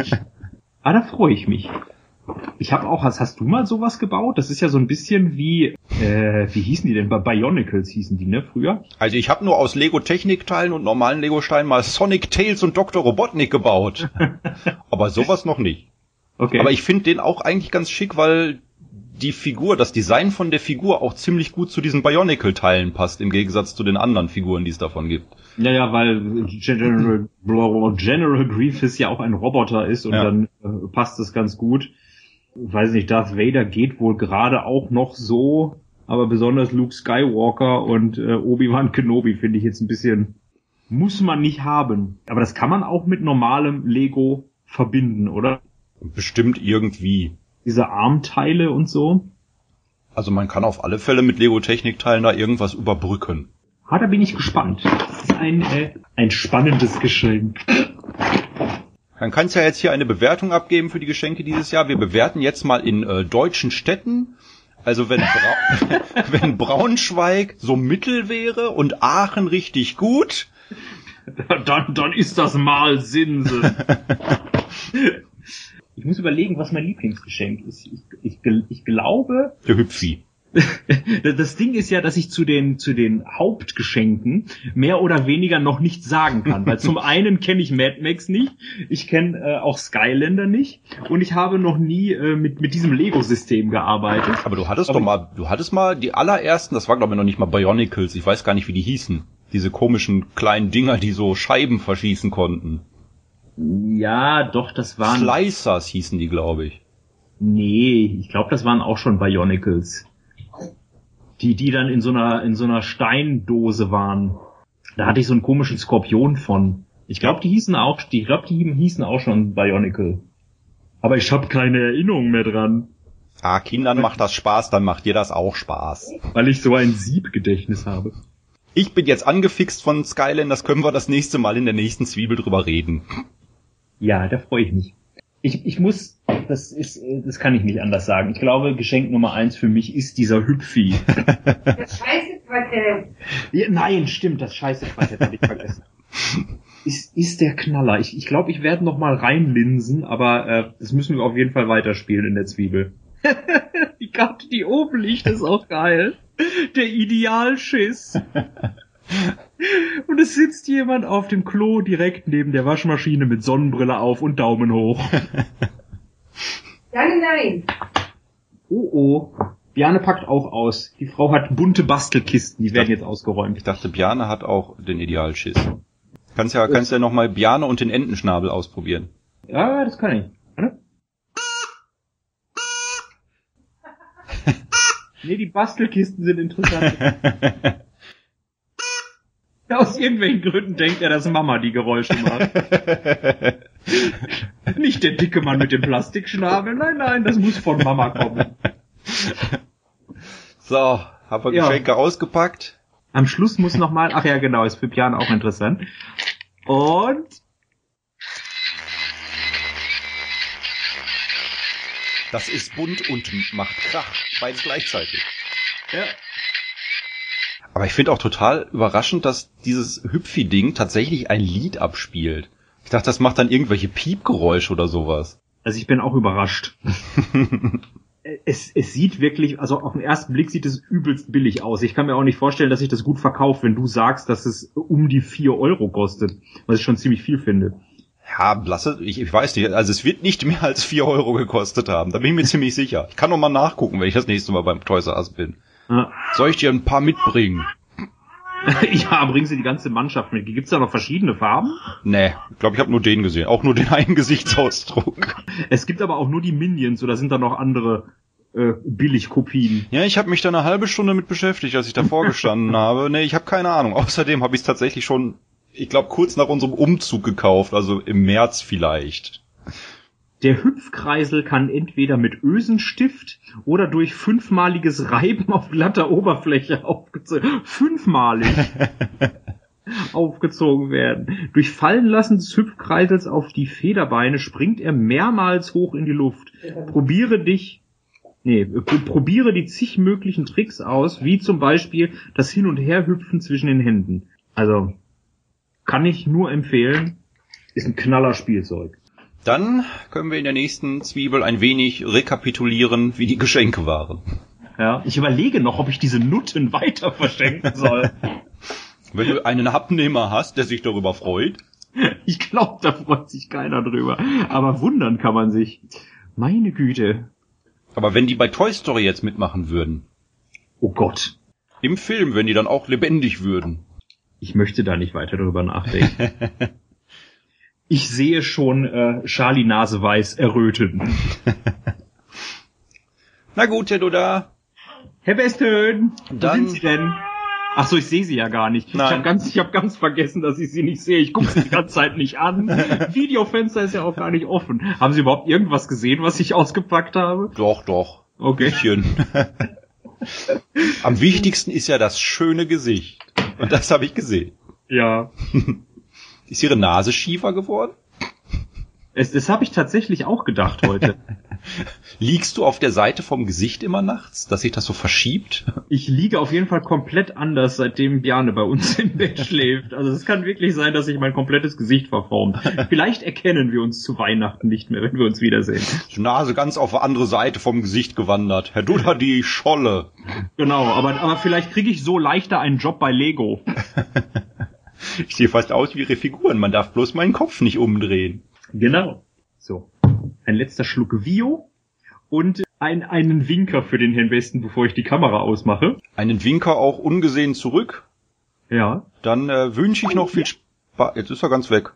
Ah, da freue ich mich. Ich habe auch, hast, hast du mal sowas gebaut? Das ist ja so ein bisschen wie, äh, wie hießen die denn? Bei Bionicles hießen die, ne, früher? Also ich habe nur aus Lego Technikteilen und normalen Lego-Steinen mal Sonic, Tails und Doktor Robotnik gebaut. Aber sowas noch nicht. Okay. Aber ich finde den auch eigentlich ganz schick, weil die Figur, das Design von der Figur auch ziemlich gut zu diesen Bionicle-Teilen passt, im Gegensatz zu den anderen Figuren, die es davon gibt. Ja, ja, weil General, General Grievous ja auch ein Roboter ist und Ja. dann äh, passt es ganz gut. Weiß nicht, Darth Vader geht wohl gerade auch noch so, aber besonders Luke Skywalker und äh, Obi-Wan Kenobi finde ich jetzt ein bisschen, muss man nicht haben. Aber das kann man auch mit normalem Lego verbinden, oder? Bestimmt irgendwie. Diese Armteile und so. Also man kann auf alle Fälle mit Lego Technikteilen da irgendwas überbrücken. Ah, da bin ich gespannt. Das ist ein, äh, ein spannendes Geschenk. Dann kannst du ja jetzt hier eine Bewertung abgeben für die Geschenke dieses Jahr. Wir bewerten jetzt mal in äh, deutschen Städten. Also wenn, Brau wenn Braunschweig so mittel wäre und Aachen richtig gut. Dann, dann ist das mal Sinse. Ich muss überlegen, was mein Lieblingsgeschenk ist. Ich, ich, ich glaube, Der Hüpfi. das Ding ist ja, dass ich zu den zu den Hauptgeschenken mehr oder weniger noch nichts sagen kann, weil zum einen kenne ich Mad Max nicht, ich kenne äh, auch Skylander nicht und ich habe noch nie äh, mit mit diesem Lego-System gearbeitet. Aber du hattest Aber doch mal, du hattest mal die allerersten, das war glaube ich noch nicht mal Bionicles, ich weiß gar nicht, wie die hießen. Diese komischen kleinen Dinger, die so Scheiben verschießen konnten. Ja, doch, das waren Slicers hießen die, glaube ich. Nee, ich glaube, das waren auch schon Bionicles. Die, die dann in so einer, in so einer Steindose waren. Da hatte ich so einen komischen Skorpion von. Ich glaube, die hießen auch, die, ich glaube, die hießen auch schon Bionicle. Aber ich habe keine Erinnerung mehr dran. Ah, Kindern macht das Spaß, dann macht dir das auch Spaß. Weil ich so ein Siebgedächtnis habe. Ich bin jetzt angefixt von Skylanders, können wir das nächste Mal in der nächsten Zwiebel drüber reden. Ja, da freue ich mich. Ich, ich muss, das ist, das kann ich nicht anders sagen. Ich glaube, Geschenk Nummer eins für mich ist dieser Hüpfi. Das scheiße Quartett. Ja, nein, stimmt, das scheiße Quartett habe ich vergessen. Ist, ist der Knaller. Ich, ich glaube, ich werde noch mal reinlinsen, aber äh, das müssen wir auf jeden Fall weiterspielen in der Zwiebel. Die Karte, die oben liegt, ist auch geil. Der Idealschiss. Und es sitzt jemand auf dem Klo direkt neben der Waschmaschine mit Sonnenbrille auf und Daumen hoch. Nein, nein. Oh oh. Bjarne packt auch aus. Die Frau hat bunte Bastelkisten, die Ich werden dachte- jetzt ausgeräumt. Ich dachte, Bjarne hat auch den Idealschiss. Kannst ja, kannst ja noch mal Bjarne und den Entenschnabel ausprobieren. Ja, das kann ich. Warte. Nee, die Bastelkisten sind interessant. Aus irgendwelchen Gründen denkt er, dass Mama die Geräusche macht. Nicht der dicke Mann mit dem Plastikschnabel. Nein, nein, das muss von Mama kommen. So, haben wir Ja. Geschenke ausgepackt. Am Schluss muss noch mal, ach ja, genau, ist für Bjarne auch interessant. Und Das ist bunt und macht Krach. Beides gleichzeitig. ja, Aber ich finde auch total überraschend, dass dieses Hüpfi-Ding tatsächlich ein Lied abspielt. Ich dachte, das macht dann irgendwelche Piepgeräusche oder sowas. also ich bin auch überrascht. Es, es sieht wirklich, also auf den ersten Blick sieht es übelst billig aus. Ich kann mir auch nicht vorstellen, dass sich das gut verkauft, wenn du sagst, dass es um die vier Euro kostet, was ich schon ziemlich viel finde. Ja, lasse, ich, ich weiß nicht, also es wird nicht mehr als vier Euro gekostet haben, da bin ich mir ziemlich sicher. Ich kann noch mal nachgucken, wenn ich das nächste Mal beim Toys R Us bin. Ja, Soll ich dir ein paar mitbringen? ja, bringen sie die ganze Mannschaft mit. Gibt's da noch verschiedene Farben? Nee, ich glaube, ich habe nur den gesehen, auch nur den einen Gesichtsausdruck. Es gibt aber auch nur die Minions, oder sind da noch andere äh, Billigkopien? Ja, ich habe mich da eine halbe Stunde mit beschäftigt, als ich davor gestanden habe. Nee, ich habe keine Ahnung. Außerdem habe ich es tatsächlich schon, ich glaube, kurz nach unserem Umzug gekauft, also im März vielleicht. Der Hüpfkreisel kann entweder mit Ösenstift oder durch fünfmaliges Reiben auf glatter Oberfläche aufgezogen, fünfmalig aufgezogen werden. Durch Fallenlassen des Hüpfkreisels auf die Federbeine springt er mehrmals hoch in die Luft. Probiere dich, nee, pr- probiere die zig möglichen Tricks aus, wie zum Beispiel das Hin- und Herhüpfen zwischen den Händen. Also, kann ich nur empfehlen, ist ein Knallerspielzeug. Dann können wir in der nächsten Zwiebel ein wenig rekapitulieren, wie die Geschenke waren. Ja, ich überlege noch, ob ich diese Nutten weiter verschenken soll. Wenn du einen Abnehmer hast, der sich darüber freut. Ich glaube, da freut sich keiner drüber. Aber wundern kann man sich. Meine Güte. Aber wenn die bei Toy Story jetzt mitmachen würden, Oh Gott. im Film, wenn die dann auch lebendig würden. Ich möchte da nicht weiter drüber nachdenken. Ich sehe schon äh, Charlie Naseweiß erröten. Na gut, Herr Duda. Herr Westhöhn, wo Dann- sind Sie denn? Ach so, ich sehe Sie ja gar nicht. Nein. Ich habe ganz, ich hab ganz vergessen, dass ich Sie nicht sehe. Ich gucke Sie die ganze Zeit nicht an. Videofenster ist ja auch gar nicht offen. Haben Sie überhaupt irgendwas gesehen, was ich ausgepackt habe? Doch, doch. Okay. Bisschen. Am wichtigsten ist ja das schöne Gesicht. Und das habe ich gesehen. Ja. Ist Ihre Nase schiefer geworden? Es, das habe ich tatsächlich auch gedacht heute. Liegst du auf der Seite vom Gesicht immer nachts, dass sich das so verschiebt? Ich liege auf jeden Fall komplett anders, seitdem Bjarne bei uns im Bett schläft. Also es kann wirklich sein, dass sich mein komplettes Gesicht verformt. Vielleicht erkennen wir uns zu Weihnachten nicht mehr, wenn wir uns wiedersehen. Die Nase ganz auf die andere Seite vom Gesicht gewandert. Herr Duda, die Scholle. Genau, aber, aber vielleicht kriege ich so leichter einen Job bei Lego. Ich sehe fast aus wie Ihre Figuren. Man darf bloß meinen Kopf nicht umdrehen. Genau. So, ein letzter Schluck Vio und ein, einen Winker für den Herrn Westen, bevor ich die Kamera ausmache. Einen Winker auch ungesehen zurück. Ja. Dann äh, wünsche ich noch viel Spaß. Jetzt ist er ganz weg.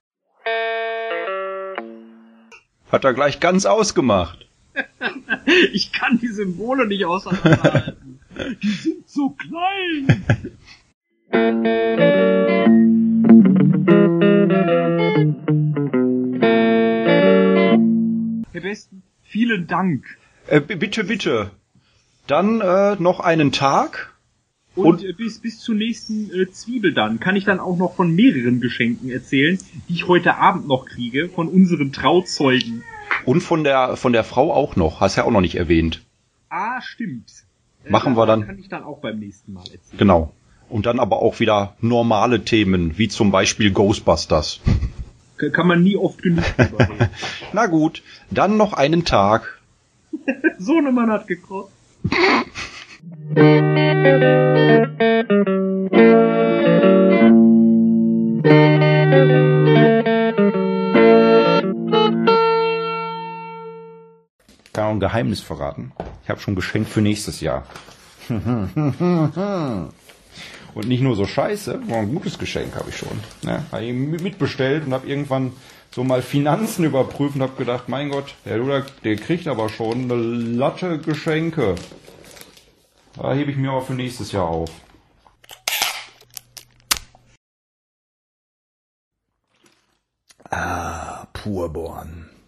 Hat er gleich ganz ausgemacht. Ich kann die Symbole nicht auseinanderhalten. Die sind so klein. Dank. Äh, bitte, bitte. Dann äh, noch einen Tag. Und, und äh, bis, bis zur nächsten äh, Zwiebel dann kann ich dann auch noch von mehreren Geschenken erzählen, die ich heute Abend noch kriege, von unseren Trauzeugen. Und von der von der Frau auch noch. Hast ja auch noch nicht erwähnt. Ah, stimmt. Machen äh, wir dann. Kann ich dann auch beim nächsten Mal erzählen. Genau. Und dann aber auch wieder normale Themen, wie zum Beispiel Ghostbusters. Kann man nie oft genug drüber reden. Na gut, dann noch einen Tag. So eine Mann hat gekotzt. Kann auch ein Geheimnis verraten. Ich habe schon ein Geschenk für nächstes Jahr. Und nicht nur so scheiße, sondern ein gutes Geschenk habe ich schon. Ne? Habe ich mitbestellt und habe irgendwann so mal Finanzen überprüft und habe gedacht, mein Gott, der Luder, der kriegt aber schon eine Latte Geschenke. Da hebe ich mir aber für nächstes Jahr auf. Ah, Purborn.